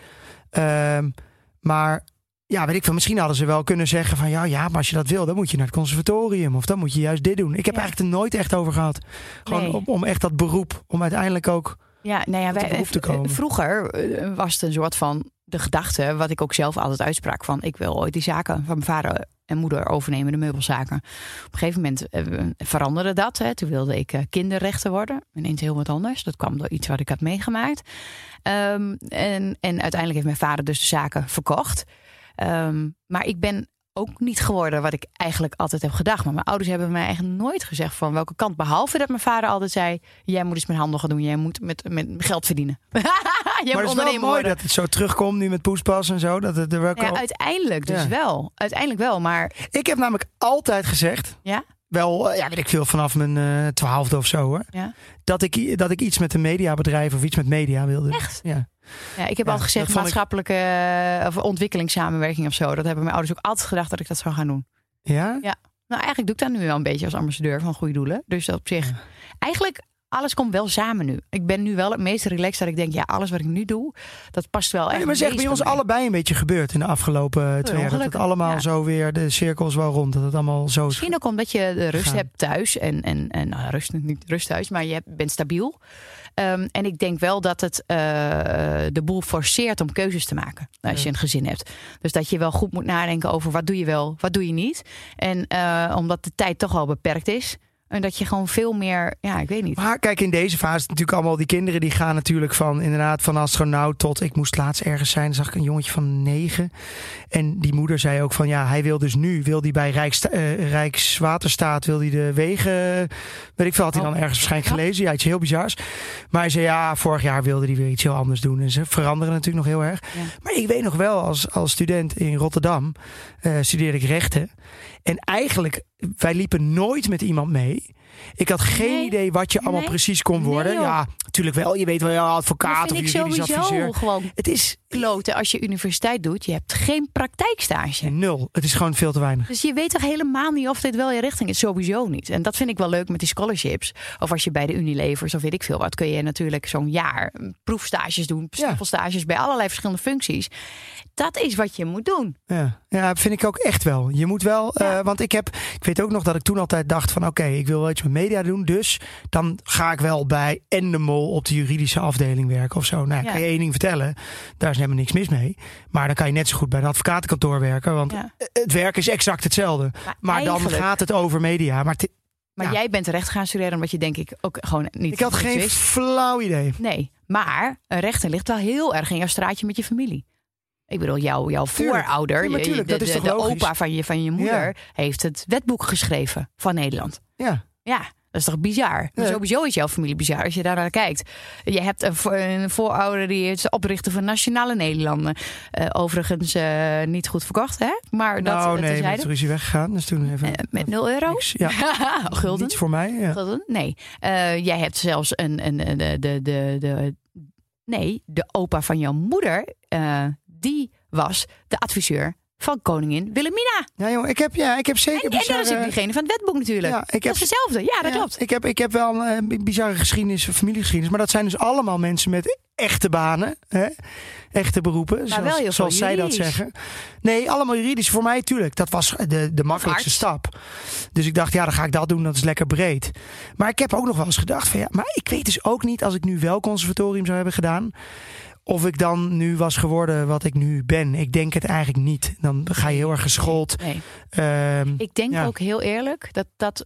C: Maar ja, weet ik veel. Misschien hadden ze wel kunnen zeggen van maar als je dat wil, dan moet je naar het conservatorium of dan moet je juist dit doen. Ik heb eigenlijk er nooit echt over gehad. Gewoon om echt dat beroep, om uiteindelijk ook beroep te komen. Vroeger
D: was het een soort van de gedachte, wat ik ook zelf altijd uitsprak van ik wil ooit die zaken van mijn vader en moeder overnemen, de meubelzaken. Op een gegeven moment veranderde dat. Hè. Toen wilde ik kinderrechter worden. Ineens heel wat anders. Dat kwam door iets wat ik had meegemaakt. En uiteindelijk heeft mijn vader dus de zaken verkocht. Maar ik ben ook niet geworden wat ik eigenlijk altijd heb gedacht. Maar mijn ouders hebben mij eigenlijk nooit gezegd van welke kant. Behalve dat mijn vader altijd zei, jij moet eens met handen gaan doen. Jij moet met geld verdienen.
C: Maar het is wel mooi dat het zo terugkomt nu met Poespas en zo. Dat het
D: uiteindelijk dus wel. Uiteindelijk wel, maar...
C: Ik heb namelijk altijd gezegd... Ja? Wel, weet ik veel, vanaf mijn 12e of zo, hoor. Ja? Dat ik iets met een mediabedrijf of iets met media wilde.
D: Echt? Ja. Ja, ik heb al gezegd maatschappelijke of ontwikkelingssamenwerking of zo. Dat hebben mijn ouders ook altijd gedacht dat ik dat zou gaan doen.
C: Ja?
D: Ja. Nou, eigenlijk doe ik dat nu wel een beetje als ambassadeur van goede doelen. Dus dat op zich... Ja. Eigenlijk... Alles komt wel samen nu. Ik ben nu wel het meest relaxed dat ik denk, alles wat ik nu doe, dat past wel echt.
C: Ja, maar zeg, bij ons allebei een beetje gebeurd in de afgelopen 2 jaar. Dat het allemaal zo weer, de cirkels wel rond. Dat het allemaal zo.
D: Misschien ook omdat je de rust hebt thuis. Niet rust thuis, maar je bent stabiel. En ik denk wel dat het de boel forceert om keuzes te maken. Als je een gezin hebt. Dus dat je wel goed moet nadenken over wat doe je wel, wat doe je niet. En omdat de tijd toch al beperkt is. En dat je gewoon veel meer, ik weet niet.
C: Maar kijk, in deze fase natuurlijk allemaal die kinderen die gaan natuurlijk van astronaut tot, ik moest laatst ergens zijn, zag ik een jongetje van 9. En die moeder zei ook van hij wil dus wil die bij Rijkswaterstaat, wil die de wegen, weet ik veel, had hij dan ergens waarschijnlijk gelezen. Ja, iets heel bizars. Maar hij zei vorig jaar wilde hij weer iets heel anders doen. En ze veranderen natuurlijk nog heel erg. Ja. Maar ik weet nog wel, als student in Rotterdam studeerde ik rechten. En eigenlijk, wij liepen nooit met iemand mee. Ik had geen idee wat je allemaal precies kon worden. Ja, natuurlijk wel. Je weet wel, advocaat of juridisch adviseur.
D: Gewoon het is kloten als je universiteit doet. Je hebt geen praktijkstage.
C: 0. Het is gewoon veel te weinig.
D: Dus je weet toch helemaal niet of dit wel je richting is. Sowieso niet. En dat vind ik wel leuk met die scholarships. Of als je bij de Unilevers of weet ik veel wat, kun je natuurlijk zo'n jaar proefstages doen. Stages bij allerlei verschillende functies. Dat is wat je moet doen.
C: Ja, vind ik ook echt wel. Je moet wel, want ik weet ook nog dat ik toen altijd dacht van oké, ik wil wel iets met media doen. Dus dan ga ik wel bij Endemol op de juridische afdeling werken of zo. Nou, kan je één ding vertellen. Daar is helemaal niks mis mee. Maar dan kan je net zo goed bij een advocatenkantoor werken. Want het werk is exact hetzelfde. Maar dan gaat het over media. Maar
D: jij bent recht gaan studeren omdat je denk ik ook gewoon niet.
C: Ik had geen flauw idee.
D: Nee, maar een rechter ligt wel heel erg in jouw straatje met je familie. Ik bedoel, jouw voorouder, de opa van je moeder, heeft het wetboek geschreven van Nederland. Ja, dat is toch bizar? Ja. Sowieso is jouw familie bizar als je daar naar kijkt. Je hebt een voorouder die is oprichter van Nationale Nederlanden. Overigens niet goed verkocht, hè? Maar dat
C: met ruzie weggegaan. Dus toen even
D: met €0?
C: Niks, ja.
D: Gulden?
C: Niets voor mij. Ja.
D: Gulden? Nee. Jij hebt zelfs de opa van jouw moeder. Die was de adviseur van koningin Wilhelmina.
C: Ja, jongen, ik heb zeker
D: en dat is ook diegene van het wetboek natuurlijk. Ja, dat is hetzelfde. Ja, dat klopt.
C: Ik heb wel een bizarre geschiedenis, familiegeschiedenis. Maar dat zijn dus allemaal mensen met echte banen. Hè? Echte beroepen, zoals zij dat zeggen. Nee, allemaal juridisch. Voor mij, tuurlijk. Dat was de makkelijkste stap. Dus ik dacht, dan ga ik dat doen. Dat is lekker breed. Maar ik heb ook nog wel eens gedacht van maar ik weet dus ook niet, als ik nu wel conservatorium zou hebben gedaan, of ik dan nu was geworden wat ik nu ben. Ik denk het eigenlijk niet. Dan ga je heel erg geschoold.
D: Nee. Ik denk ook heel eerlijk dat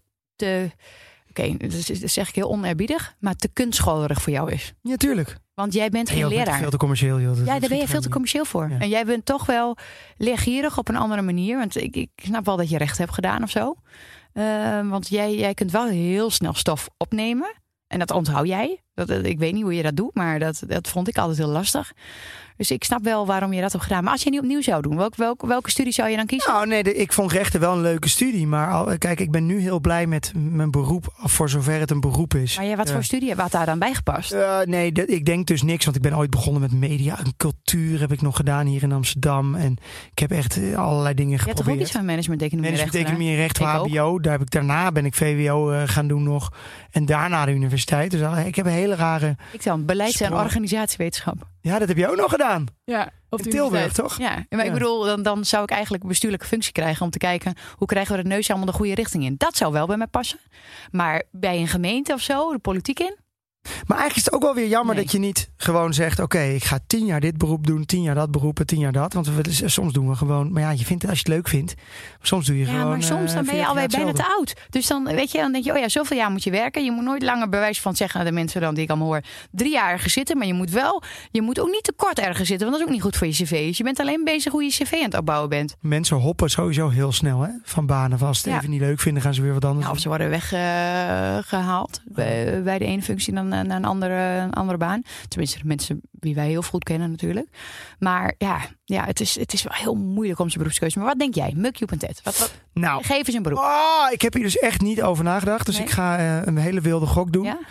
D: dat zeg ik heel oneerbiedig, maar te kunstscholerig voor jou is.
C: Ja, tuurlijk.
D: Want jij bent geen leraar.
C: Veel te commercieel.
D: Daar ben je veel te commercieel voor. Ja. En jij bent toch wel leergierig op een andere manier. Want ik snap wel dat je recht hebt gedaan of zo. Want jij kunt wel heel snel stof opnemen. En dat onthoud jij. Ik weet niet hoe je dat doet, maar dat vond ik altijd heel lastig. Dus ik snap wel waarom je dat hebt gedaan. Maar als je niet opnieuw zou doen, welke studie zou je dan kiezen?
C: Nou, nee, ik vond rechten wel een leuke studie. Maar kijk, ik ben nu heel blij met mijn beroep, voor zover het een beroep is.
D: Maar wat voor studie wat daar dan bij gepast?
C: Nee, ik denk dus niks. Want ik ben ooit begonnen met media en cultuur heb ik nog gedaan hier in Amsterdam. En ik heb echt allerlei dingen geprobeerd. Je hebt
D: toch ook iets van management-economie
C: en recht, HBO. Daarna ben ik VWO gaan doen nog. En daarna de universiteit. Dus ik heb een hele rare...
D: Ik zou beleids- en organisatiewetenschap.
C: Ja, dat heb je ook nog gedaan.
D: Ja, op
C: in Tilburg, toch?
D: Ja, maar ik bedoel, dan zou ik eigenlijk een bestuurlijke functie krijgen om te kijken hoe krijgen we de neus allemaal de goede richting in. Dat zou wel bij mij passen. Maar bij een gemeente of zo, de politiek in.
C: Maar eigenlijk is het ook wel weer jammer dat je niet gewoon zegt, oké, ik ga 10 jaar dit beroep doen, 10 jaar dat beroep en 10 jaar dat. Want soms doen we gewoon, maar je vindt het als je het leuk vindt. Soms doe je gewoon...
D: Ja, maar soms dan ben je alweer bijna te oud. Dus dan weet je, dan denk je, zoveel jaar moet je werken. Je moet nooit langer bewijs van zeggen aan de mensen dan die ik allemaal hoor, 3 jaar ergens zitten. Maar je moet ook niet te kort ergens zitten, want dat is ook niet goed voor je cv. Dus je bent alleen bezig hoe je cv aan het opbouwen bent.
C: Mensen hoppen sowieso heel snel van banen. Als ze het even niet leuk vinden, gaan ze weer wat anders doen.
D: Of ze worden weggehaald bij de ene functie dan naar een andere baan. Tenminste, de mensen wie wij heel goed kennen natuurlijk. Maar het is wel heel moeilijk om zijn beroepskeuze. Maar wat denk jij? Mukjoep.net. Nou, geef eens een beroep.
C: Ik heb hier dus echt niet over nagedacht. Dus ik ga een hele wilde gok doen. Ja?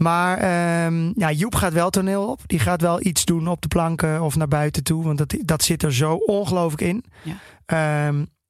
C: Maar Joep gaat wel toneel op. Die gaat wel iets doen op de planken of naar buiten toe. Want dat zit er zo ongelooflijk in. Ja.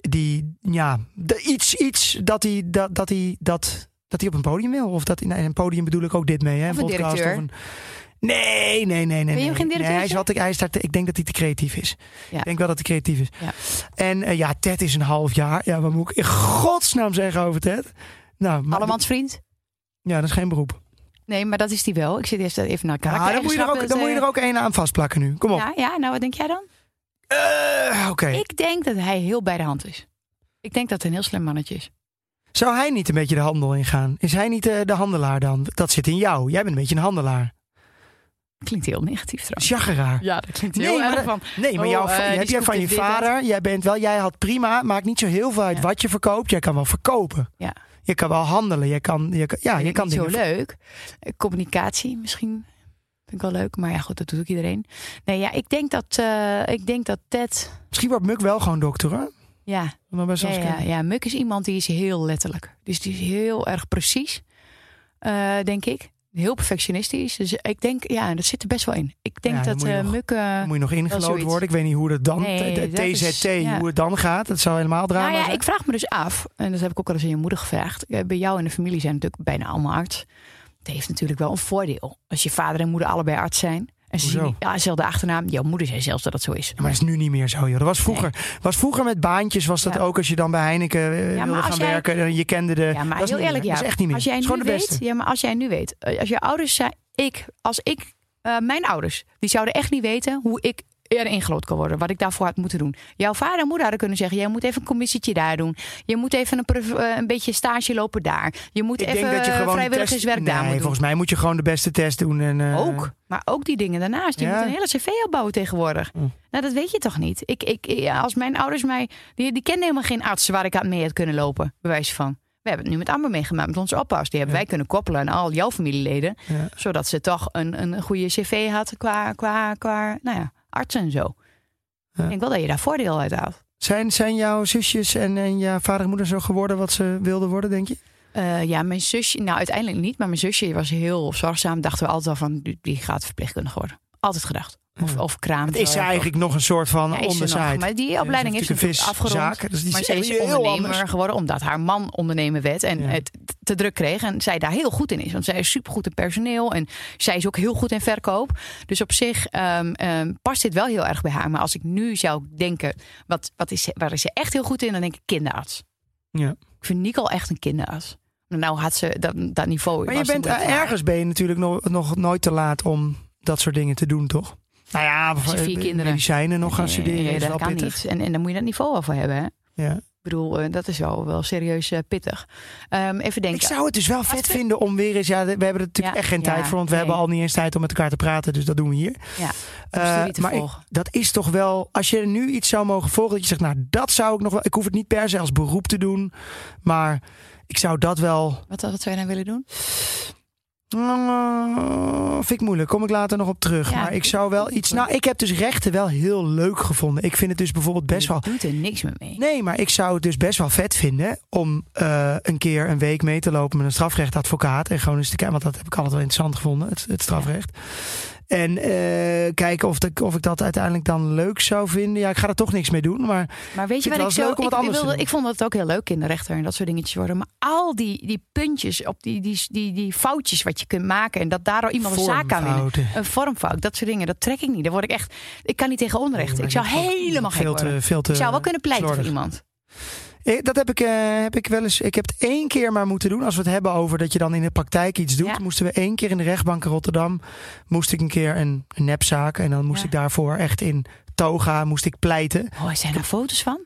C: Iets dat hij op een podium wil. Of dat een podium bedoel ik ook dit mee. Hè?
D: Of een directeur.
C: Nee.
D: Ben je geen directeur?
C: Ik denk dat hij te creatief is.
D: Ja.
C: Ik denk wel dat hij creatief is. Ja. En Ted is een half jaar. Ja, wat moet ik in godsnaam zeggen over Ted? Nou,
D: Allemans vriend?
C: Ja, dat is geen beroep.
D: Nee, maar dat is die wel. Ik zit eerst even naar karakter.
C: Dan moet je er ook één aan vastplakken nu. Kom op.
D: Ja, nou wat denk jij dan?
C: Oké.
D: Ik denk dat hij heel bij de hand is. Ik denk dat hij een heel slim mannetje is.
C: Zou hij niet een beetje de handel ingaan? Is hij niet de handelaar dan? Dat zit in jou. Jij bent een beetje een handelaar.
D: Klinkt heel negatief trouwens.
C: Jaggeraar.
D: Ja, dat klinkt heel erg van...
C: Nee, maar heb jij van je vader... Jij had prima... Maakt niet zo heel veel uit wat je verkoopt. Jij kan wel verkopen. Ja. Je kan wel handelen. Je kan
D: niet zo leuk. Communicatie misschien... Vind ik wel leuk, maar ja, goed, dat doet ook iedereen. Nee, ja, ik denk dat Ted...
C: Misschien wordt Muk wel gewoon dokter, hè?
D: Ja, Muk is iemand die is heel letterlijk. Dus die is heel erg precies, denk ik. Heel perfectionistisch. Dus ik denk, dat zit er best wel in. Ik denk dat Muk...
C: moet je nog ingelood worden? Ik weet niet hoe dat dan... hoe het dan gaat. Dat zou helemaal drama zijn.
D: Ik vraag me dus af, en dat heb ik ook al eens aan je moeder gevraagd. Bij jou en de familie zijn natuurlijk bijna allemaal arts. Het heeft natuurlijk wel een voordeel. Als je vader en moeder allebei arts zijn. En ze zien dezelfde achternaam. Jouw moeder zei zelfs dat het zo is.
C: Ja, maar dat is nu niet meer zo, joh. Dat was vroeger. Was vroeger met baantjes was dat ook als je dan bij Heineken wilde gaan werken. Je kende de...
D: Ja, maar heel eerlijk,
C: dat is echt niet meer.
D: Als jij nu weet, maar als jij nu weet. Als je ouders zijn... Mijn ouders, die zouden echt niet weten hoe ik eerder ingelood kan worden. Wat ik daarvoor had moeten doen. Jouw vader en moeder hadden kunnen zeggen... jij moet even een commissietje daar doen. Je moet even een beetje stage lopen daar. Je moet vrijwilligerswerk daar doen.
C: Volgens mij moet je gewoon de beste test doen.
D: Maar ook die dingen daarnaast. Je moet een hele cv opbouwen tegenwoordig. Nou, dat weet je toch niet? Als mijn ouders mij... Die kenden helemaal geen arts waar ik aan mee had kunnen lopen. Bewijs van. We hebben het nu met Amber meegemaakt, met onze oppas. Die hebben wij kunnen koppelen aan al jouw familieleden. Ja. Zodat ze toch een goede cv had qua arts en zo. Ja. Ik denk wel dat je daar voordeel uit haalt.
C: Zijn jouw zusjes en jouw vader en moeder zo geworden wat ze wilden worden, denk je?
D: Mijn zusje, nou uiteindelijk niet. Maar mijn zusje was heel zorgzaam. Dachten we altijd al van, die gaat verpleegkundige worden. Altijd gedacht. Of kraam.
C: Het is eigenlijk nog een soort van onderscheid.
D: Maar die opleiding is natuurlijk afgerond.
C: Dus
D: maar zij is ondernemer geworden omdat haar man ondernemer werd en het te druk kreeg. En zij daar heel goed in is. Want zij is supergoed in personeel en zij is ook heel goed in verkoop. Dus op zich past dit wel heel erg bij haar. Maar als ik nu zou denken, waar is ze echt heel goed in? Dan denk ik kinderarts. Ja. Ik vind Nicole echt een kinderarts. Nou had ze dat niveau.
C: Maar je bent ergens ben je natuurlijk nog nooit te laat om dat soort dingen te doen, toch? Nou ja,
D: als je 4 kinderen
C: medicijnen nog gaan studeren.
D: Nee, dat kan
C: pittig.
D: niet. En dan moet je dat niveau wel voor hebben. Hè?
C: Ja.
D: Ik bedoel, dat is wel serieus pittig. Even denken.
C: Ik zou het dus wel vet vinden om weer eens... Ja, we hebben er natuurlijk echt geen tijd voor. Want we hebben al niet eens tijd om met elkaar te praten. Dus dat doen we hier.
D: Ja,
C: maar dat is toch wel... Als je nu iets zou mogen volgen. Dat je zegt, nou dat zou ik nog wel... Ik hoef het niet per se als beroep te doen. Maar ik zou dat wel...
D: Wat zou je nou willen doen?
C: Vind ik moeilijk. Kom ik later nog op terug. Maar ik zou wel iets... Nou, ik heb dus rechten wel heel leuk gevonden. Ik vind het dus bijvoorbeeld best wel...
D: Je doet er niks meer mee.
C: Nee, maar ik zou het dus best wel vet vinden... om een keer een week mee te lopen met een strafrechtadvocaat. En gewoon eens te kijken... Want dat heb ik altijd wel interessant gevonden. Het strafrecht. Ja. En kijken of ik dat uiteindelijk dan leuk zou vinden. Ja, ik ga er toch niks mee doen. Maar
D: weet je wat ik vond het ook heel leuk in de rechter en dat soort dingetjes worden. Maar al die puntjes op die foutjes wat je kunt maken. En dat daardoor iemand een zaak kan winnen. Een vormfout, dat soort dingen. Dat trek ik niet. Daar word ik echt... Ik kan niet tegen onrecht. Ik zou helemaal gek worden. Ik zou wel kunnen pleiten voor iemand.
C: Dat heb ik wel eens. Ik heb het 1 keer maar moeten doen. Als we het hebben over dat je dan in de praktijk iets doet. Moesten we 1 keer in de rechtbank in Rotterdam. Moest ik een keer een nepzaak. En dan moest ik daarvoor echt in toga pleiten.
D: Zijn daar foto's van?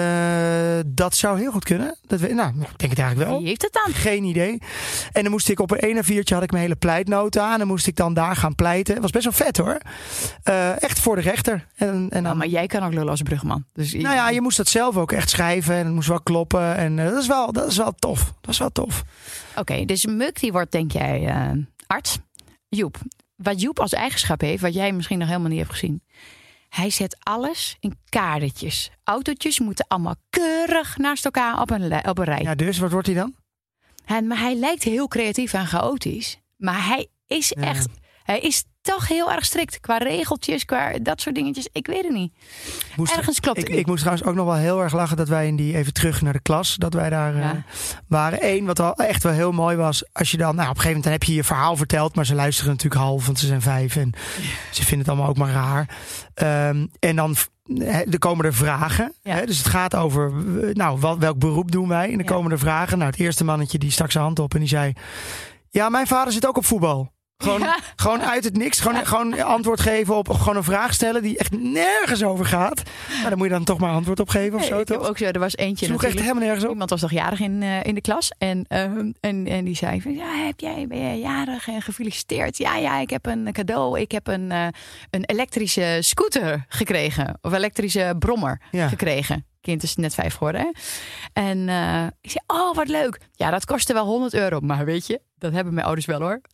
C: Dat zou heel goed kunnen. Ik denk het eigenlijk wel.
D: Wie heeft het dan?
C: Geen idee. En dan moest ik op een A4'tje had ik mijn hele pleitnota. En dan moest ik dan daar gaan pleiten. Het was best wel vet hoor. Echt voor de rechter. En dan...
D: maar jij kan ook lullen als brugman. Dus
C: je moest dat zelf ook echt schrijven. En het moest wel kloppen. En dat is wel tof. Dat is wel tof.
D: Oké, dus Muk die wordt denk jij arts. Joep. Wat Joep als eigenschap heeft. Wat jij misschien nog helemaal niet hebt gezien. Hij zet alles in kadertjes. Autootjes moeten allemaal keurig naast elkaar op een rij.
C: Ja, dus wat wordt hij dan?
D: Maar hij lijkt heel creatief en chaotisch. Maar hij is echt... Hij is toch heel erg strikt. Qua regeltjes, qua dat soort dingetjes. Ik weet het niet. Ergens klopt het niet.
C: Ik moest trouwens ook nog wel heel erg lachen dat wij even terug naar de klas. Dat wij daar waren. Eén, wat wel echt wel heel mooi was. Als je dan, op een gegeven moment heb je je verhaal verteld. Maar ze luisteren natuurlijk half, want ze zijn 5. En ze vinden het allemaal ook maar raar. En dan... Er komen er vragen. Ja. Hè? Dus het gaat over, welk beroep doen wij? En dan komen er vragen. Nou, het eerste mannetje die stak zijn hand op en die zei... Ja, mijn vader zit ook op voetbal. Gewoon uit het niks. Gewoon antwoord geven op gewoon een vraag stellen die echt nergens over gaat. Maar dan moet je dan toch maar antwoord op geven of zo, toch?
D: Ook zo, er was eentje.
C: Sloeg echt helemaal nergens op.
D: Iemand was toch jarig in de klas. En die zei van, ben jij jarig en gefeliciteerd? Ja, ik heb een cadeau. Ik heb een elektrische scooter gekregen. Of elektrische brommer gekregen. Kind is net 5 geworden. Hè? En ik zei, oh, wat leuk. Ja, dat kostte wel €100. Maar weet je, dat hebben mijn ouders wel, hoor.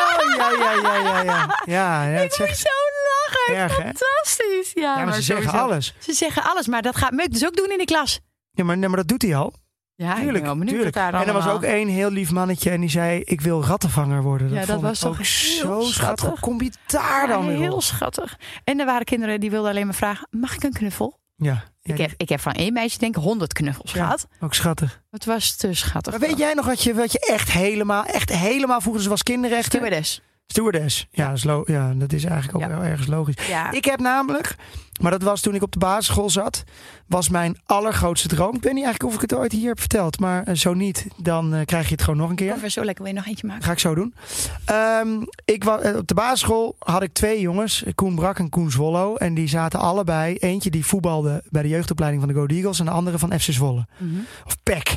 C: Ja,
D: ik moest zo lachen.
C: Erg,
D: fantastisch. Ja,
C: maar ze zeggen alles.
D: Ze zeggen alles, maar dat gaat Muk dus ook doen in de klas.
C: Ja, maar dat doet hij al.
D: Ja, tuurlijk, ik ben wel benieuwd.
C: En er was ook één heel lief mannetje en die zei, ik wil rattenvanger worden.
D: Dat was toch
C: ook zo schattig. Hoe kom je daar dan weer op?
D: Heel schattig. En er waren kinderen die wilden alleen maar vragen, mag ik een knuffel?
C: Ja.
D: Ik heb van één meisje denk ik 100 knuffels gehad.
C: Ook schattig.
D: Het was te schattig.
C: Maar weet jij nog wat je echt helemaal vroeger was kinderrechten? Stewardess. Ja, dat is eigenlijk ook wel ergens logisch. Ja. Ik heb namelijk, maar dat was toen ik op de basisschool zat, was mijn allergrootste droom. Ik weet niet eigenlijk of ik het ooit hier heb verteld, maar zo niet, dan krijg je het gewoon nog een keer.
D: Zo lekker, wil je nog eentje maken?
C: Ga ik zo doen. Op de basisschool had ik 2 jongens, Koen Brak en Koen Zwollo. En die zaten allebei, eentje die voetbalde bij de jeugdopleiding van de Go Eagles en de andere van FC Zwolle. Mm-hmm. Of PEC.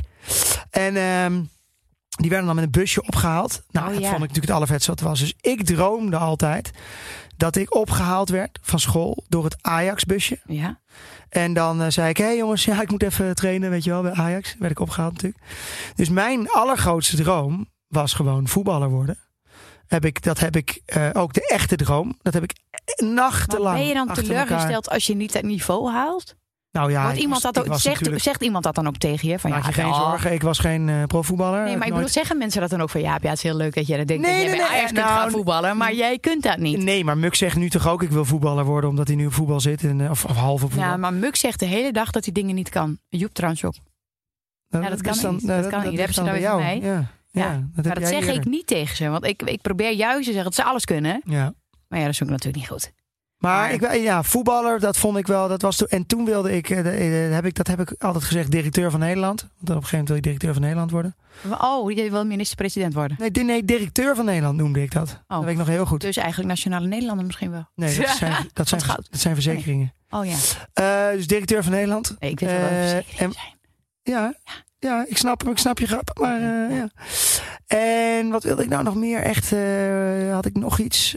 C: En die werden dan met een busje opgehaald. Nou, dat vond ik natuurlijk het allervetste wat er was. Dus ik droomde altijd dat ik opgehaald werd van school door het Ajax-busje. Ja. En dan zei ik, hé jongens, ik moet even trainen, weet je wel, bij Ajax. Werd ik opgehaald natuurlijk. Dus mijn allergrootste droom was gewoon voetballer worden. Dat heb ik ook de echte droom. Dat heb ik nachtenlang.
D: Maar ben je dan teleurgesteld als je niet het niveau haalt?
C: Nou ja,
D: zegt iemand dat dan ook tegen je? Van,
C: maak je geen zorgen, ik was geen profvoetballer.
D: Nee, maar ik bedoel, zeggen mensen dat dan ook van... Ja, het is heel leuk dat jij denkt dat jij bij Ajax kunt gaan voetballen. Maar jij kunt dat niet.
C: Nee, maar Muk zegt nu toch ook... ik wil voetballer worden omdat hij nu op voetbal zit. Of halve voetbal.
D: Ja, maar Muk zegt de hele dag dat hij dingen niet kan. Joep trouwens ook. Dat kan niet. Dat kan niet. Dat hebben ze dan weer van mij. Ja, maar dat zeg ik niet tegen ze. Want ik probeer juist te zeggen dat ze alles kunnen. Ja. Maar ja, dat is ook natuurlijk niet goed.
C: Maar voetballer, dat vond ik wel. En toen wilde ik, dat heb ik altijd gezegd, directeur van Nederland. Want op een gegeven moment wil je directeur van Nederland worden.
D: Oh, je wil minister-president worden?
C: Nee, directeur van Nederland noemde ik dat. Oh. Dat weet ik nog heel goed.
D: Dus eigenlijk Nationale Nederlander misschien wel.
C: Nee, dat zijn verzekeringen.
D: Nee. Oh ja.
C: Dus directeur van Nederland.
D: Nee, ik weet wel wat verzekeringen zijn.
C: Ja, ik snap je grap. Maar ja. En wat wilde ik nou nog meer? Echt, had ik nog iets?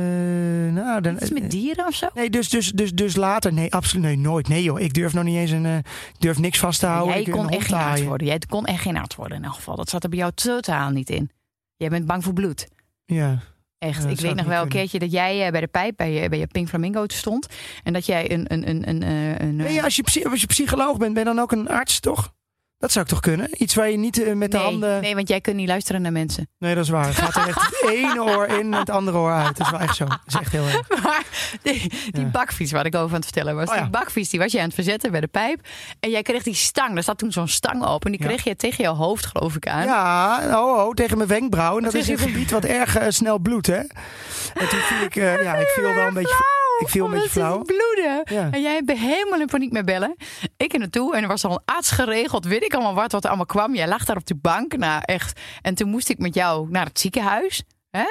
D: Iets met dieren of zo?
C: Nee, dus later. Nee, absoluut nee, nooit. Nee joh, ik durf nog niet eens ik durf niks vast te houden.
D: Jij kon echt geen arts worden. Jij kon echt geen arts worden in elk geval. Dat zat er bij jou totaal niet in. Jij bent bang voor bloed.
C: Ja.
D: Echt, ik weet nog wel een keertje dat jij bij de pijp bij je Pink Flamingo stond. En dat jij
C: Nee, als je psycholoog bent, ben je dan ook een arts, toch? Dat zou ik toch kunnen? Iets waar je niet met de handen...
D: Nee, want jij kunt niet luisteren naar mensen.
C: Nee, dat is waar. Het gaat er echt het ene oor in en het andere oor uit. Dat is wel echt zo. Dat is echt heel erg.
D: Maar die bakfiets waar ik over aan het vertellen was. Die bakfiets die was jij aan het verzetten bij de pijp. En jij kreeg die stang. Daar staat toen zo'n stang op. En die kreeg je tegen jouw hoofd, geloof ik, aan.
C: Ja, tegen mijn wenkbrauw. En dat is een gebied wat erg snel bloedt, hè? En toen viel ik viel wel een beetje... Ik viel een beetje flauw.
D: Bloeden. Ja. En jij bent helemaal in paniek met bellen. Ik er naartoe. En er was al een arts geregeld. Weet ik allemaal wat er allemaal kwam. Jij lag daar op de bank. Nou, echt. En toen moest ik met jou naar het ziekenhuis. Hè?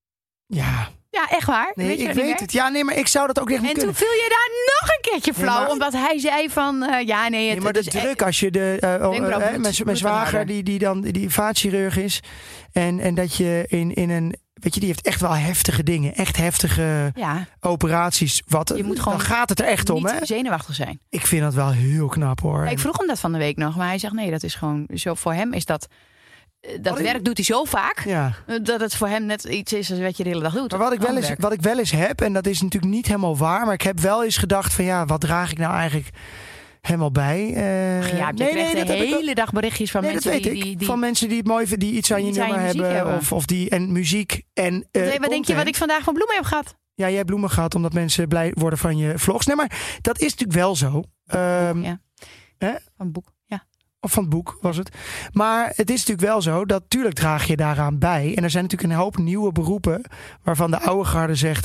C: Ja.
D: Ja, echt waar.
C: Nee, ik weet het. Ja, nee, maar ik zou dat ook echt niet kunnen.
D: En toen viel je daar nog een keertje flauw. Omdat hij zei van...
C: maar de druk als je mijn zwager die vaatchirurg is. En dat je in een... Weet je, die heeft echt wel heftige dingen. Echt heftige operaties.
D: Je moet gewoon
C: dan gaat het er echt om, hè?
D: Niet zenuwachtig zijn.
C: Ik vind dat wel heel knap, hoor.
D: Ik vroeg hem dat van de week nog. Maar hij zegt, nee, dat is gewoon... Zo, voor hem is dat... Dat werk doet hij zo vaak... dat het voor hem net iets is wat je de hele dag doet.
C: Maar wat ik wel eens heb... en dat is natuurlijk niet helemaal waar... maar ik heb wel eens gedacht van... wat draag ik nou eigenlijk... helemaal bij.
D: Je krijgt de hele dag berichtjes van mensen die
C: van mensen die het mooi vinden, die iets aan je nummer hebben. Of die en muziek en
D: wat denk je wat ik vandaag van bloemen heb gehad?
C: Ja, jij hebt bloemen gehad omdat mensen blij worden van je vlogs. Nee, maar dat is natuurlijk wel zo.
D: Van het boek. Ja.
C: Of van het boek was het. Maar het is natuurlijk wel zo dat tuurlijk draag je daaraan bij. En er zijn natuurlijk een hoop nieuwe beroepen waarvan de oude garde zegt...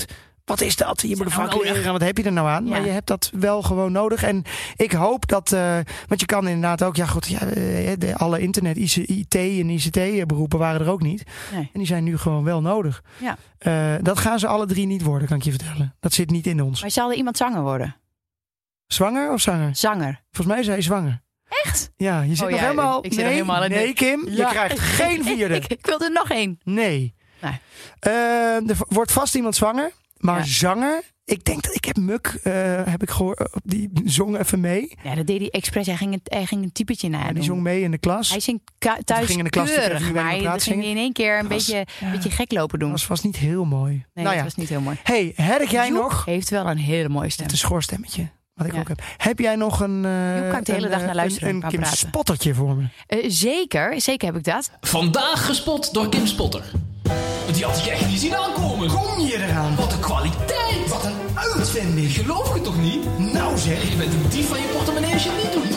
C: wat is dat? Je moet een vak
D: nodig.
C: leren, wat heb je er nou aan?
D: Ja.
C: Maar je hebt dat wel gewoon nodig. En ik hoop dat, want je kan inderdaad ook, alle internet, IT en ICT-beroepen waren er ook niet.
D: Nee.
C: En die zijn nu gewoon wel nodig.
D: Ja.
C: Dat gaan ze alle 3 niet worden, kan ik je vertellen. Dat zit niet in ons.
D: Maar zal er iemand zanger worden?
C: Zwanger of zanger?
D: Zanger.
C: Volgens mij is hij zwanger.
D: Echt?
C: Ja, je zit nog helemaal...
D: Ik zit nog helemaal in
C: nee, Kim, je krijgt geen 4e.
D: Ik wil er nog 1.
C: Nee.
D: Nee.
C: Er wordt vast iemand zwanger. Maar
D: Ja.
C: zanger... Ik denk dat ik heb Muk, heb ik gehoord, die zong even mee.
D: Ja, dat deed hij expres. Hij ging een typetje naar
C: En die
D: doen.
C: zong mee in de klas.
D: Hij zingt thuis
C: ging in de klas
D: keurig,
C: even
D: maar
C: met elkaar
D: dat ging hij
C: zingen.
D: in één keer een beetje gek lopen doen.
C: Dat was niet heel mooi.
D: Nee,
C: nou
D: dat was niet heel mooi.
C: Hey, heb jij
D: Joep
C: nog...
D: heeft wel een hele mooie stem.
C: Het is een schoorstemmetje, wat ik
D: Ja.
C: ook heb. Heb jij nog een...
D: Joep kan ik de hele dag naar luisteren,
C: Een
D: kan
C: Kim
D: praten.
C: Spottertje voor me.
D: Zeker heb ik dat.
E: Vandaag gespot door Kim Spotter. Die had ik echt niet zien aankomen.
C: Kom je eraan?
E: Wat een kwaliteit.
C: Wat een uitvinding.
E: Geloof ik het toch niet?
C: Nou zeg.
E: Je bent een dief van je portemonnee als je het niet doet.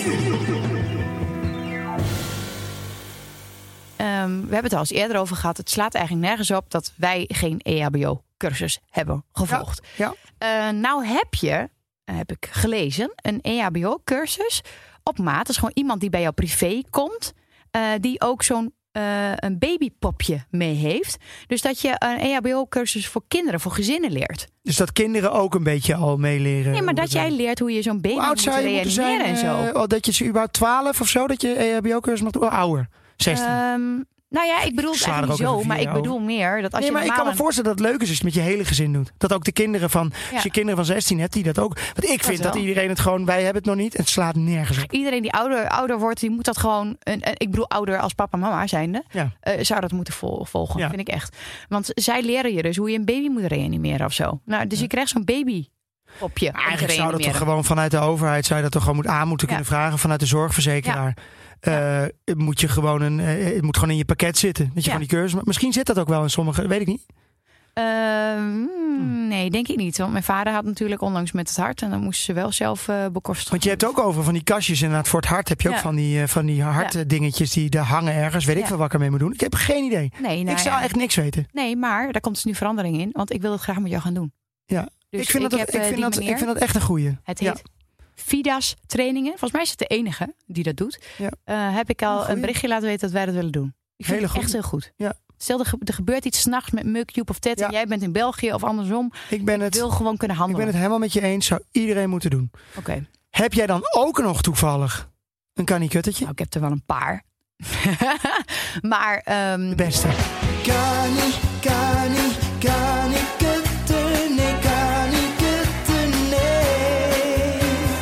D: We hebben het al eens eerder over gehad. Het slaat eigenlijk nergens op dat wij geen EHBO-cursus hebben gevolgd.
C: Ja.
D: Nou heb ik gelezen, een EHBO-cursus op maat. Dat is gewoon iemand die bij jou privé komt. Die ook zo'n een babypopje mee heeft. Dus dat je een EHBO-cursus voor kinderen, voor gezinnen leert.
C: Dus dat kinderen ook een beetje al meeleren.
D: Nee, maar
C: hoe
D: dat
C: het
D: jij
C: werkt.
D: leert hoe je zo'n baby
C: Hoe oud
D: moet
C: zou je moeten
D: reanimeren
C: zijn?
D: en zo.
C: Dat je ze überhaupt 12 of zo, dat je EHBO-cursus mag doen? Oh, ouder. 16.
D: Nou ja, ik bedoel het
C: Sla er
D: eigenlijk
C: ook
D: niet
C: even
D: zo. Maar
C: 4
D: ik bedoel meer dat als
C: Nee,
D: je
C: maar ik kan me
D: normaal
C: voorstellen dat het leuk is als je het met je hele gezin doet. Dat ook de kinderen van,
D: Ja.
C: als je kinderen van 16 hebt, die dat ook. Want ik vind dat
D: wel.
C: iedereen het gewoon, wij hebben het nog niet. En het slaat nergens op.
D: iedereen die ouder wordt, die moet dat gewoon... ik bedoel ouder als papa en mama zijnde.
C: Ja.
D: Zou dat moeten volgen,
C: Ja.
D: vind ik echt. Want zij leren je dus hoe je een baby moet reanimeren of zo. Nou, dus je krijgt zo'n babypopje om te
C: Eigenlijk zou dat
D: reanimeren.
C: toch gewoon vanuit de overheid, zou je dat toch gewoon aan moeten kunnen vragen. Vanuit de zorgverzekeraar. Het moet je gewoon het moet gewoon in je pakket zitten. Dat je van die cursus. Maar misschien zit dat ook wel in sommige, weet ik niet.
D: Nee, denk ik niet. Want mijn vader had natuurlijk onlangs met het hart. En dan moesten ze wel zelf bekostigen.
C: Want je hebt ook over van die kastjes inderdaad voor het hart. Heb je ook van die hartdingetjes die daar hangen ergens. Weet ik veel wat ik ermee moet doen. Ik heb geen idee.
D: Nee, nou
C: ik zou echt niks weten.
D: Nee, maar daar komt dus nu verandering in. Want ik wil het graag met jou gaan doen.
C: Ja.
D: Dus
C: ik vind dat echt een goeie.
D: Het heet Vidas trainingen. Volgens mij is het de enige die dat doet.
C: Ja.
D: Heb ik al een berichtje laten weten dat wij dat willen doen. Ik vind het echt heel goed.
C: Ja.
D: Stel, er gebeurt iets 's nachts met Muk, Joep of Ted. En jij bent in België of andersom. Ik wil gewoon kunnen handelen.
C: Ik ben het helemaal met je eens. Zou iedereen moeten doen.
D: Oké.
C: Heb jij dan ook nog toevallig een kanikuttetje?
D: Nou, ik heb er wel een paar. Maar...
C: De beste.
A: Kanikutten, nee, kanikutten, nee.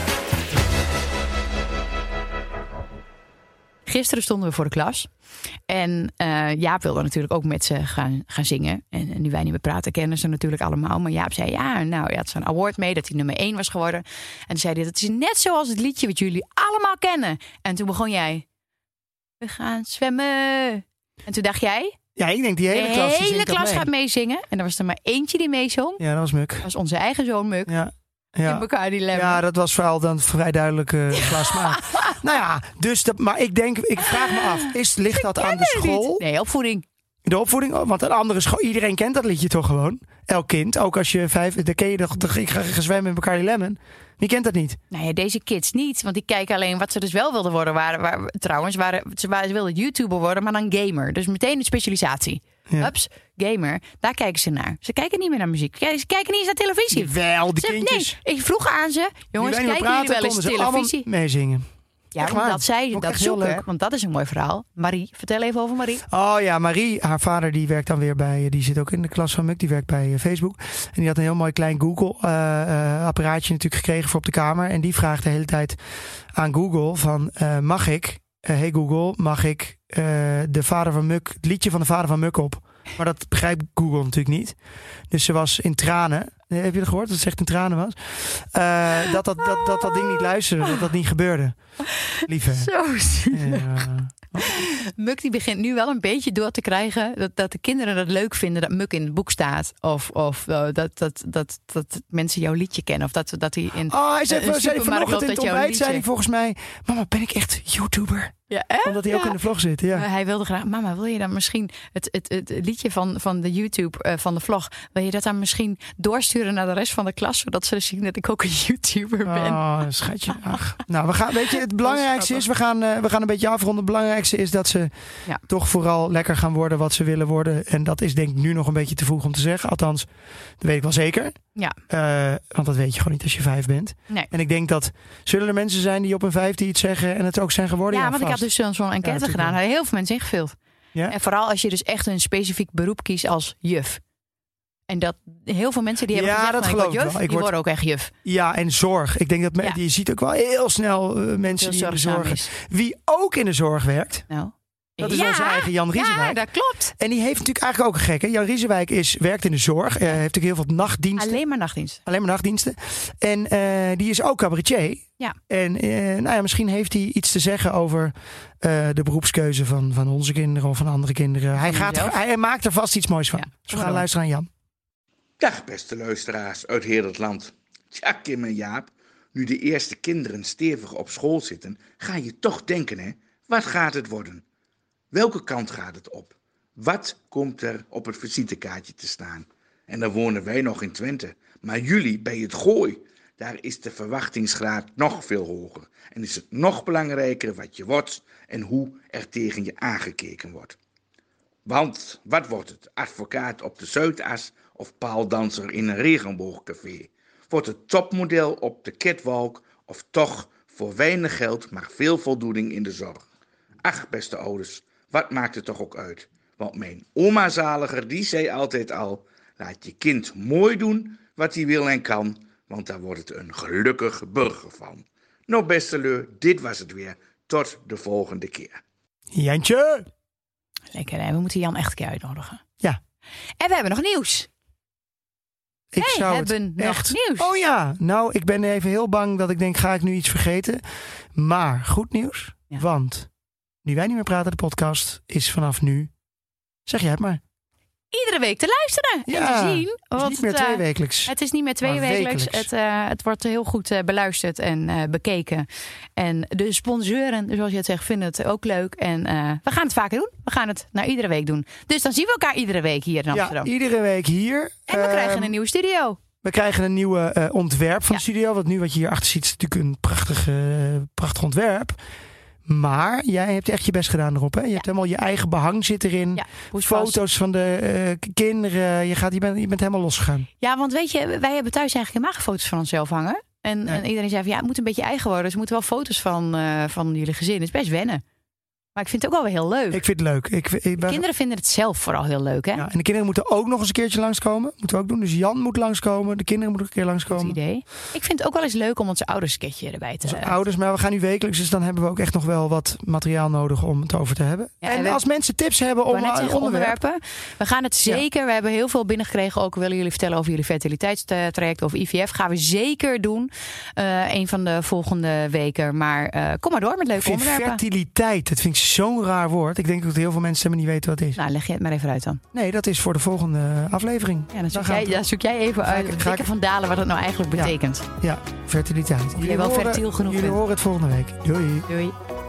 D: Gisteren stonden we voor de klas. En Jaap wilde natuurlijk ook met ze gaan zingen. En nu wij niet meer praten, kennen ze natuurlijk allemaal. Maar Jaap zei, hij had zo'n award mee dat hij nummer 1 was geworden. En toen zei hij, dat is net zoals het liedje wat jullie allemaal kennen. En toen begon jij, we gaan zwemmen. En toen dacht jij,
C: ja, ik denk die hele klas.
D: De hele klas gaat meezingen. En er was er maar eentje die meezong.
C: Ja, dat was Muk.
D: Dat was onze eigen zoon Muk.
C: Ja.
D: In elkaar die lemmen.
C: Ja, dat was vooral dan vrij duidelijk klas. Maar, nou ja, dus maar ik vraag me af, ligt dat aan de school?
D: Niet. Nee, opvoeding.
C: De opvoeding, want een andere school, iedereen kent dat liedje toch gewoon? Elk kind, ook als je 5, dan ken je toch, ik ga zwemmen in elkaar die lemmen. Wie kent dat niet?
D: Nou ja, deze kids niet. Want die kijken alleen wat ze dus wel wilden worden. Ze wilden YouTuber worden, maar dan gamer. Dus meteen een specialisatie.
C: Ja.
D: Ups, gamer. Daar kijken ze naar. Ze kijken niet meer naar muziek. Ze kijken niet eens naar televisie.
C: Wel, die kindjes.
D: Nee, ik vroeg aan ze. Jongens,
C: kijken
D: jullie wel eens televisie?
C: Meezingen.
D: Ja, want dat zei ze. Dat zoeken. Want dat is een mooi verhaal. Marie, vertel even over Marie.
C: Oh ja, Marie, haar vader die werkt dan weer bij, die zit ook in de klas van Muk, die werkt bij Facebook. En die had een heel mooi klein Google apparaatje natuurlijk gekregen voor op de kamer. En die vraagt de hele tijd aan Google van, mag ik, hey Google, mag ik de vader van Muk, het liedje van de vader van Muk op? Maar dat begrijpt Google natuurlijk niet. Dus ze was in tranen. Heb je dat gehoord? Dat het echt in tranen was. Dat ding niet luisterde. Dat niet gebeurde. Lieve.
D: Zo ziek.
C: Ja.
D: Muk die begint nu wel een beetje door te krijgen dat de kinderen het leuk vinden dat Muk in het boek staat. Of dat mensen jouw liedje kennen. Of dat hij in
C: hij zei
D: een supermarkt
C: vanochtend in
D: loopt
C: het
D: dat jouw
C: ontbijt,
D: liedje...
C: zei hij volgens mij, mama, ben ik echt YouTuber?
D: Ja, echt?
C: Omdat hij ook in de vlog zit, ja.
D: Hij wilde graag... Mama, wil je dan misschien het liedje van de YouTube, van de vlog... wil je dat dan misschien doorsturen naar de rest van de klas... zodat ze zien dat ik ook een YouTuber ben?
C: Oh, schatje. Ach. Nou, het belangrijkste is... We gaan een beetje afronden. Het belangrijkste is dat ze toch vooral lekker gaan worden wat ze willen worden. En dat is denk ik nu nog een beetje te vroeg om te zeggen. Althans, dat weet ik wel zeker.
D: Ja.
C: Want dat weet je gewoon niet als je 5 bent.
D: Nee.
C: En ik denk dat... Zullen er mensen zijn die op een 5e iets zeggen... en het ook zijn geworden?
D: Ja, want ik had dus zo'n enquête gedaan. Daar hebben heel veel mensen ingevuld.
C: Ja?
D: En vooral als je dus echt een specifiek beroep kiest als juf. En dat heel veel mensen die hebben gezegd...
C: dat geloof ik wel.
D: Die worden ook echt juf.
C: Ja, en zorg. Ik denk dat je ziet ook wel heel snel mensen die in de zorg...
D: Is.
C: Wie ook in de zorg werkt...
D: Nou...
C: Dat is onze eigen Jan Riesewijk.
D: Ja, dat klopt.
C: En die heeft natuurlijk eigenlijk ook een gekke. Jan Riesewijk werkt in de zorg. Heeft natuurlijk heel veel nachtdiensten.
D: Alleen maar nachtdiensten.
C: En die is ook cabaretier.
D: Ja.
C: En misschien heeft hij iets te zeggen over de beroepskeuze van onze kinderen of van andere kinderen. Hij maakt er vast iets moois van. Ja, dus we gaan luisteren aan Jan.
F: Dag beste luisteraars uit heel het land. Tja, Kim en Jaap, nu de eerste kinderen stevig op school zitten, ga je toch denken, hè? Wat gaat het worden? Welke kant gaat het op? Wat komt er op het visitekaartje te staan? En dan wonen wij nog in Twente. Maar jullie bij het Gooi, daar is de verwachtingsgraad nog veel hoger. En is het nog belangrijker wat je wordt en hoe er tegen je aangekeken wordt. Want, wat wordt het? Advocaat op de Zuidas of paaldanser in een regenboogcafé? Wordt het topmodel op de catwalk of toch voor weinig geld, maar veel voldoening in de zorg? Ach, beste ouders, wat maakt het toch ook uit? Want mijn oma zaliger, die zei altijd al... laat je kind mooi doen wat hij wil en kan... want daar wordt het een gelukkig burger van. Nou, beste leu, dit was het weer. Tot de volgende keer.
C: Jantje!
D: Lekker, hè? We moeten Jan echt een keer uitnodigen.
C: Ja.
D: En we hebben nog nieuws. Nieuws.
C: Oh ja, nou, ik ben even heel bang dat ik denk... ga ik nu iets vergeten? Maar goed nieuws, want... Nu wij niet meer praten, de podcast is vanaf nu... Zeg jij het maar.
D: Iedere week te luisteren en te zien.
C: Het is niet meer 2 wekelijks.
D: Het is niet meer 2 wekelijks. Het wordt heel goed beluisterd en bekeken. En de sponsoren, zoals je het zegt, vinden het ook leuk. En we gaan het vaker doen. We gaan het iedere week doen. Dus dan zien we elkaar iedere week hier in Amsterdam.
C: Ja, iedere week hier.
D: En we krijgen een nieuwe studio.
C: We krijgen een nieuwe ontwerp van de studio. Want nu wat je hier achter ziet is natuurlijk een prachtig ontwerp. Maar jij hebt echt je best gedaan erop. Hè? Je hebt helemaal je eigen behang zit erin. Ja, foto's van de kinderen. Je bent helemaal losgegaan. Ja,
D: want weet je, wij hebben thuis eigenlijk helemaal geen foto's van onszelf hangen. En iedereen zei van het moet een beetje eigen worden. Dus er moeten wel foto's van jullie gezin. Het is best wennen. Maar ik vind het ook wel weer heel leuk.
C: Ik vind het leuk.
D: De kinderen vinden het zelf vooral heel leuk, hè?
C: Ja, en de kinderen moeten ook nog eens een keertje langskomen. Moeten we ook doen. Dus Jan moet langskomen. De kinderen moeten een keer langskomen.
D: Goed idee. Ik vind het ook wel eens leuk om onze oudersketje erbij te hebben.
C: Ouders, maar we gaan nu wekelijks. Dus dan hebben we ook echt nog wel wat materiaal nodig om het over te hebben. Ja, en als mensen tips hebben om onderwerpen.
D: We gaan het zeker. Ja. We hebben heel veel binnengekregen. Ook willen jullie vertellen over jullie fertiliteitstraject of IVF. Gaan we zeker doen. Een van de volgende weken. Maar kom maar door met leuke onderwerpen.
C: Fertiliteit, dat vind ik zo'n raar woord. Ik denk dat heel veel mensen helemaal niet weten wat het is.
D: Nou, leg je het maar even uit dan.
C: Nee, dat is voor de volgende aflevering.
D: Ja, dan zoek jij even uit. Dikke van Dalen wat het nou eigenlijk betekent.
C: Ja, fertiliteit.
D: Of je wel fertiel genoeg bent.
C: Jullie horen het volgende week. Doei.
D: Doei.